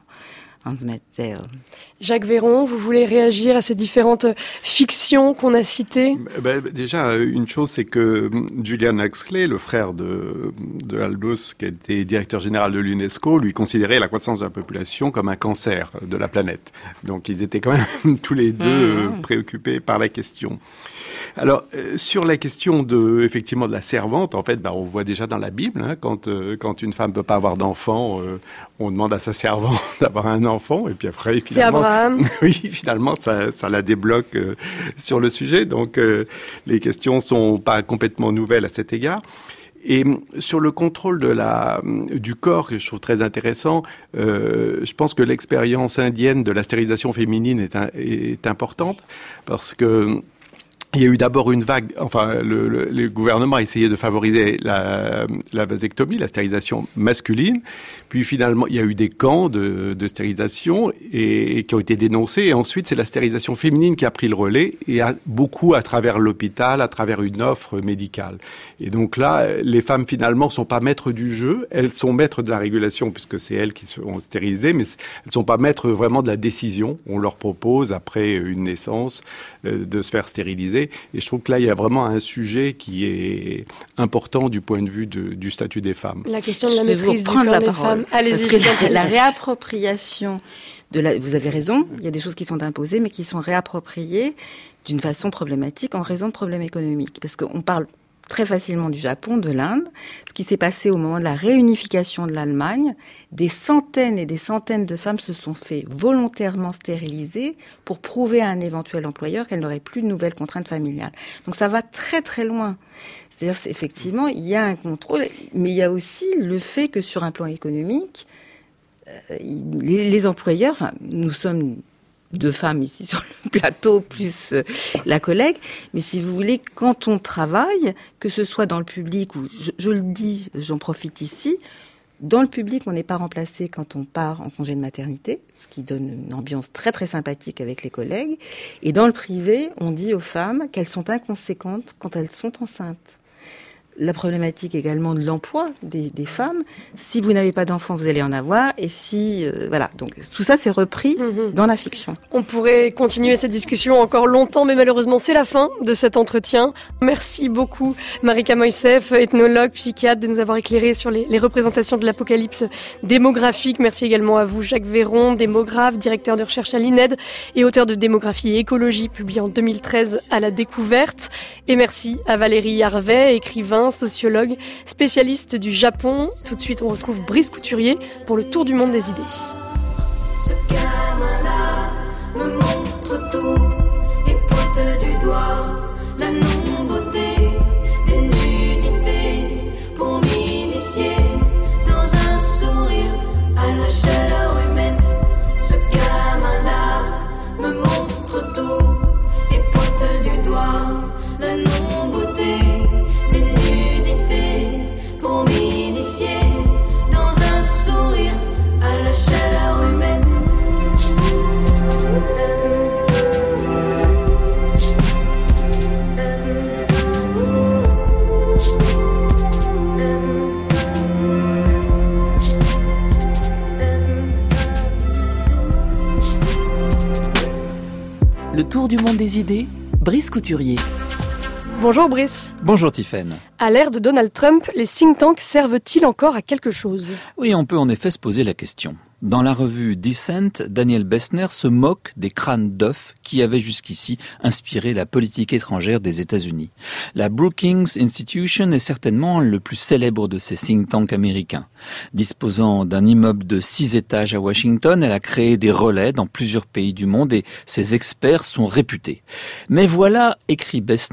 Jacques Véron, vous voulez réagir à ces différentes fictions qu'on a citées ? Ben, déjà, une chose, c'est que Julian Huxley, le frère de, de Aldous, qui était directeur général de l'UNESCO, lui considérait la croissance de la population comme un cancer de la planète. Donc ils étaient quand même tous les deux mmh. préoccupés par la question. Alors, euh, sur la question de, effectivement, de la servante, en fait, bah, on voit déjà dans la Bible, hein, quand, euh, quand une femme peut pas avoir d'enfant, euh, on demande à sa servante d'avoir un enfant, et puis après, finalement. C'est Abraham. Oui, finalement, ça, ça la débloque euh, sur le sujet. Donc, euh, les questions sont pas complètement nouvelles à cet égard. Et sur le contrôle de la, du corps, que je trouve très intéressant, euh, je pense que l'expérience indienne de la stérilisation féminine est, un, est importante, parce que il y a eu d'abord une vague, enfin, le, le, le gouvernement a essayé de favoriser la, la vasectomie, la stérilisation masculine. Puis finalement, il y a eu des camps de, de stérilisation et, et qui ont été dénoncés. Et ensuite, c'est la stérilisation féminine qui a pris le relais et a beaucoup à travers l'hôpital, à travers une offre médicale. Et donc là, les femmes finalement sont pas maîtres du jeu. Elles sont maîtres de la régulation puisque c'est elles qui sont stérilisées, mais elles sont pas maîtres vraiment de la décision. On leur propose après une naissance euh, de se faire stériliser. Et je trouve que là, il y a vraiment un sujet qui est important du point de vue de, du statut des femmes. La question de la maîtrise du corps des femmes. Allez-y. Parce que la, la réappropriation de la... Vous avez raison, il y a des choses qui sont imposées, mais qui sont réappropriées d'une façon problématique en raison de problèmes économiques. Parce qu'on parle très facilement du Japon, de l'Inde. Ce qui s'est passé au moment de la réunification de l'Allemagne, des centaines et des centaines de femmes se sont fait volontairement stériliser pour prouver à un éventuel employeur qu'elles n'auraient plus de nouvelles contraintes familiales. Donc ça va très très loin. C'est-à-dire, c'est, effectivement, il y a un contrôle, mais il y a aussi le fait que sur un plan économique, euh, les, les employeurs, enfin, nous sommes deux femmes ici sur le plateau, plus euh, la collègue. Mais si vous voulez, quand on travaille, que ce soit dans le public ou, je, je le dis, j'en profite ici, dans le public, on n'est pas remplacé quand on part en congé de maternité, ce qui donne une ambiance très très sympathique avec les collègues. Et dans le privé, on dit aux femmes qu'elles sont inconséquentes quand elles sont enceintes. La problématique également de l'emploi des, des femmes. Si vous n'avez pas d'enfants, vous allez en avoir. Et si... Euh, voilà. Donc, tout ça, c'est repris mmh. dans la fiction. On pourrait continuer cette discussion encore longtemps, mais malheureusement, c'est la fin de cet entretien. Merci beaucoup, Marika Moïsef, ethnologue, psychiatre, de nous avoir éclairé sur les, les représentations de l'apocalypse démographique. Merci également à vous, Jacques Véron, démographe, directeur de recherche à l'I N E D et auteur de Démographie et écologie, publié en deux mille treize à La Découverte. Et merci à Valérie Harvet, écrivain, sociologue, spécialiste du Japon. Tout de suite, on retrouve Brice Couturier pour le tour du monde des idées. Ce gamin-là me montre tout et pointe du doigt la non-beauté des nudités pour m'initier dans un sourire à la chaleur humaine. Ce gamin-là me montre tout et pointe du doigt la non-beauté pour m'initier dans un sourire à la chaleur humaine. Le tour du monde des idées, Brice Couturier. Bonjour Brice. Bonjour Tiffaine. À l'ère de Donald Trump, les think tanks servent-ils encore à quelque chose ? Oui, on peut en effet se poser la question. Dans la revue Dissent, Daniel Bessner se moque des crânes d'œufs qui avaient jusqu'ici inspiré la politique étrangère des États-Unis. La Brookings Institution est certainement le plus célèbre de ces think tanks américains. Disposant d'un immeuble de six étages à Washington, elle a créé des relais dans plusieurs pays du monde et ses experts sont réputés. Mais voilà, écrit Bessner,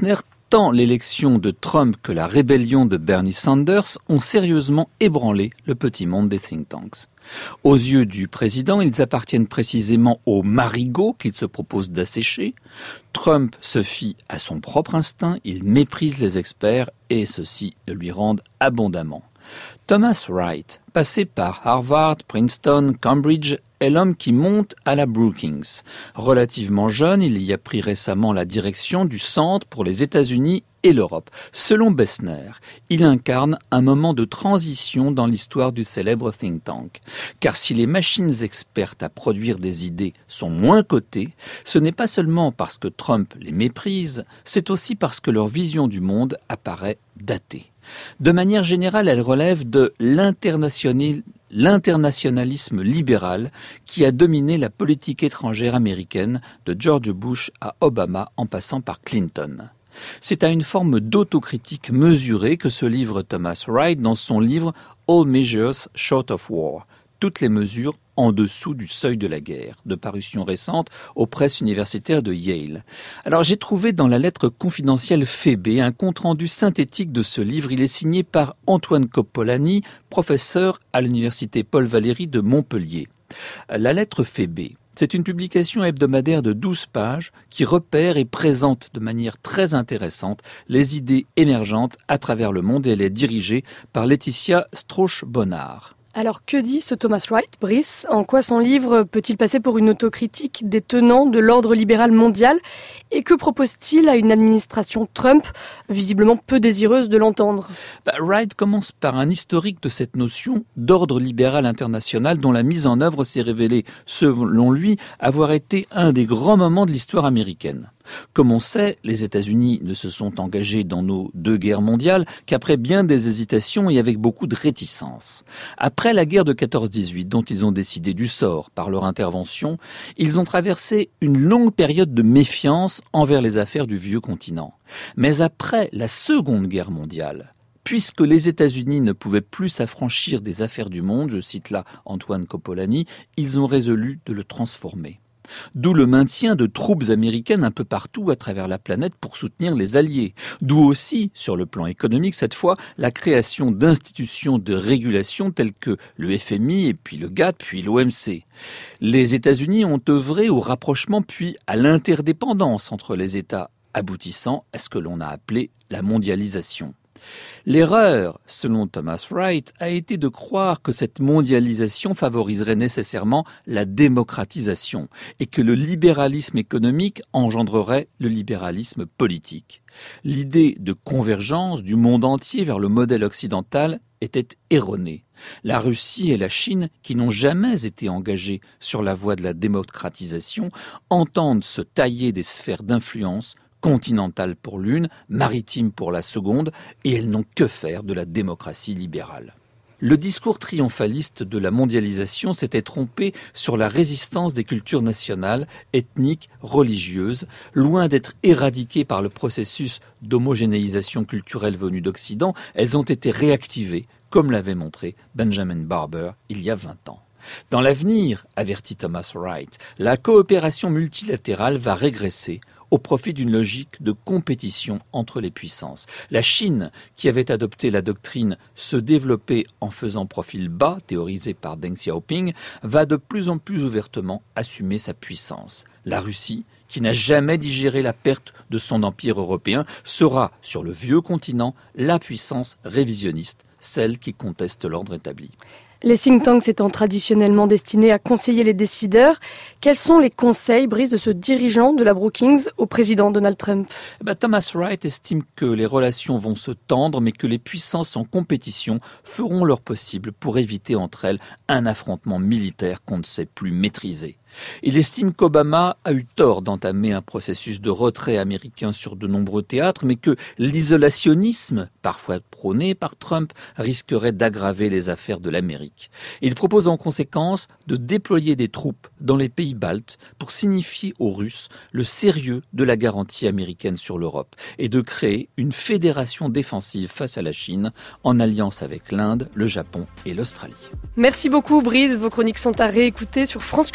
tant l'élection de Trump que la rébellion de Bernie Sanders ont sérieusement ébranlé le petit monde des think tanks. Aux yeux du président, ils appartiennent précisément au marigot qu'il se propose d'assécher. Trump se fie à son propre instinct, il méprise les experts et ceux-ci le lui rendent abondamment. Thomas Wright, passé par Harvard, Princeton, Cambridge, est l'homme qui monte à la Brookings. Relativement jeune, il y a pris récemment la direction du Centre pour les États-Unis et l'Europe. Selon Bessner, il incarne un moment de transition dans l'histoire du célèbre think tank. Car si les machines expertes à produire des idées sont moins cotées, ce n'est pas seulement parce que Trump les méprise, c'est aussi parce que leur vision du monde apparaît datée. De manière générale, elle relève de l'international- l'internationalisme libéral qui a dominé la politique étrangère américaine de George Bush à Obama en passant par Clinton. C'est à une forme d'autocritique mesurée que se livre Thomas Wright dans son livre All Measures Short of War, toutes les mesures en dessous du seuil de la guerre, de parution récente aux presses universitaires de Yale. Alors j'ai trouvé dans la lettre confidentielle Phébé un compte-rendu synthétique de ce livre. Il est signé par Antoine Coppolani, professeur à l'université Paul Valéry de Montpellier. La lettre Phébé, c'est une publication hebdomadaire de douze pages qui repère et présente de manière très intéressante les idées émergentes à travers le monde et elle est dirigée par Laetitia Strauch-Bonnard. Alors que dit ce Thomas Wright, Brice ? En quoi son livre peut-il passer pour une autocritique des tenants de l'ordre libéral mondial ? Et que propose-t-il à une administration Trump, visiblement peu désireuse de l'entendre ? bah, Wright commence par un historique de cette notion d'ordre libéral international dont la mise en œuvre s'est révélée, selon lui, avoir été un des grands moments de l'histoire américaine. Comme on sait, les États-Unis ne se sont engagés dans nos deux guerres mondiales qu'après bien des hésitations et avec beaucoup de réticence. Après la guerre de quatorze dix-huit, dont ils ont décidé du sort par leur intervention, ils ont traversé une longue période de méfiance envers les affaires du vieux continent. Mais après la Seconde Guerre mondiale, puisque les États-Unis ne pouvaient plus s'affranchir des affaires du monde, je cite là Antoine Coppolani, ils ont résolu de le transformer. D'où le maintien de troupes américaines un peu partout à travers la planète pour soutenir les alliés. D'où aussi, sur le plan économique cette fois, la création d'institutions de régulation telles que le F M I et puis le G A T T puis l'O M C. Les États-Unis ont œuvré au rapprochement puis à l'interdépendance entre les États, aboutissant à ce que l'on a appelé la mondialisation. L'erreur, selon Thomas Wright, a été de croire que cette mondialisation favoriserait nécessairement la démocratisation et que le libéralisme économique engendrerait le libéralisme politique. L'idée de convergence du monde entier vers le modèle occidental était erronée. La Russie et la Chine, qui n'ont jamais été engagées sur la voie de la démocratisation, entendent se tailler des sphères d'influence continentale pour l'une, maritime pour la seconde, et elles n'ont que faire de la démocratie libérale. Le discours triomphaliste de la mondialisation s'était trompé sur la résistance des cultures nationales, ethniques, religieuses, loin d'être éradiquées par le processus d'homogénéisation culturelle venu d'Occident, elles ont été réactivées, comme l'avait montré Benjamin Barber il y a vingt ans. Dans l'avenir, avertit Thomas Wright, la coopération multilatérale va régresser au profit d'une logique de compétition entre les puissances. La Chine, qui avait adopté la doctrine « se développer en faisant profil bas », théorisée par Deng Xiaoping, va de plus en plus ouvertement assumer sa puissance. La Russie, qui n'a jamais digéré la perte de son empire européen, sera, sur le vieux continent, la puissance révisionniste, celle qui conteste l'ordre établi. Les think tanks étant traditionnellement destinés à conseiller les décideurs, quels sont les conseils, Brice, de ce dirigeant de la Brookings au président Donald Trump ? Eh ben, Thomas Wright estime que les relations vont se tendre, mais que les puissances en compétition feront leur possible pour éviter entre elles un affrontement militaire qu'on ne sait plus maîtriser. Il estime qu'Obama a eu tort d'entamer un processus de retrait américain sur de nombreux théâtres, mais que l'isolationnisme, parfois prôné par Trump, risquerait d'aggraver les affaires de l'Amérique. Il propose en conséquence de déployer des troupes dans les pays baltes pour signifier aux Russes le sérieux de la garantie américaine sur l'Europe et de créer une fédération défensive face à la Chine en alliance avec l'Inde, le Japon et l'Australie. Merci beaucoup Brice, vos chroniques sont à réécouter sur franceculture point com.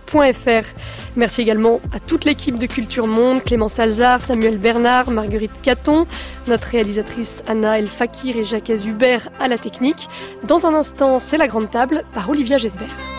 point f r. Merci également à toute l'équipe de Culture Monde, Clémence Alzard, Samuel Bernard, Marguerite Caton, notre réalisatrice Anna El Fakir et Jacques Hubert à la technique. Dans un instant, c'est la grande table par Olivia Gesbert.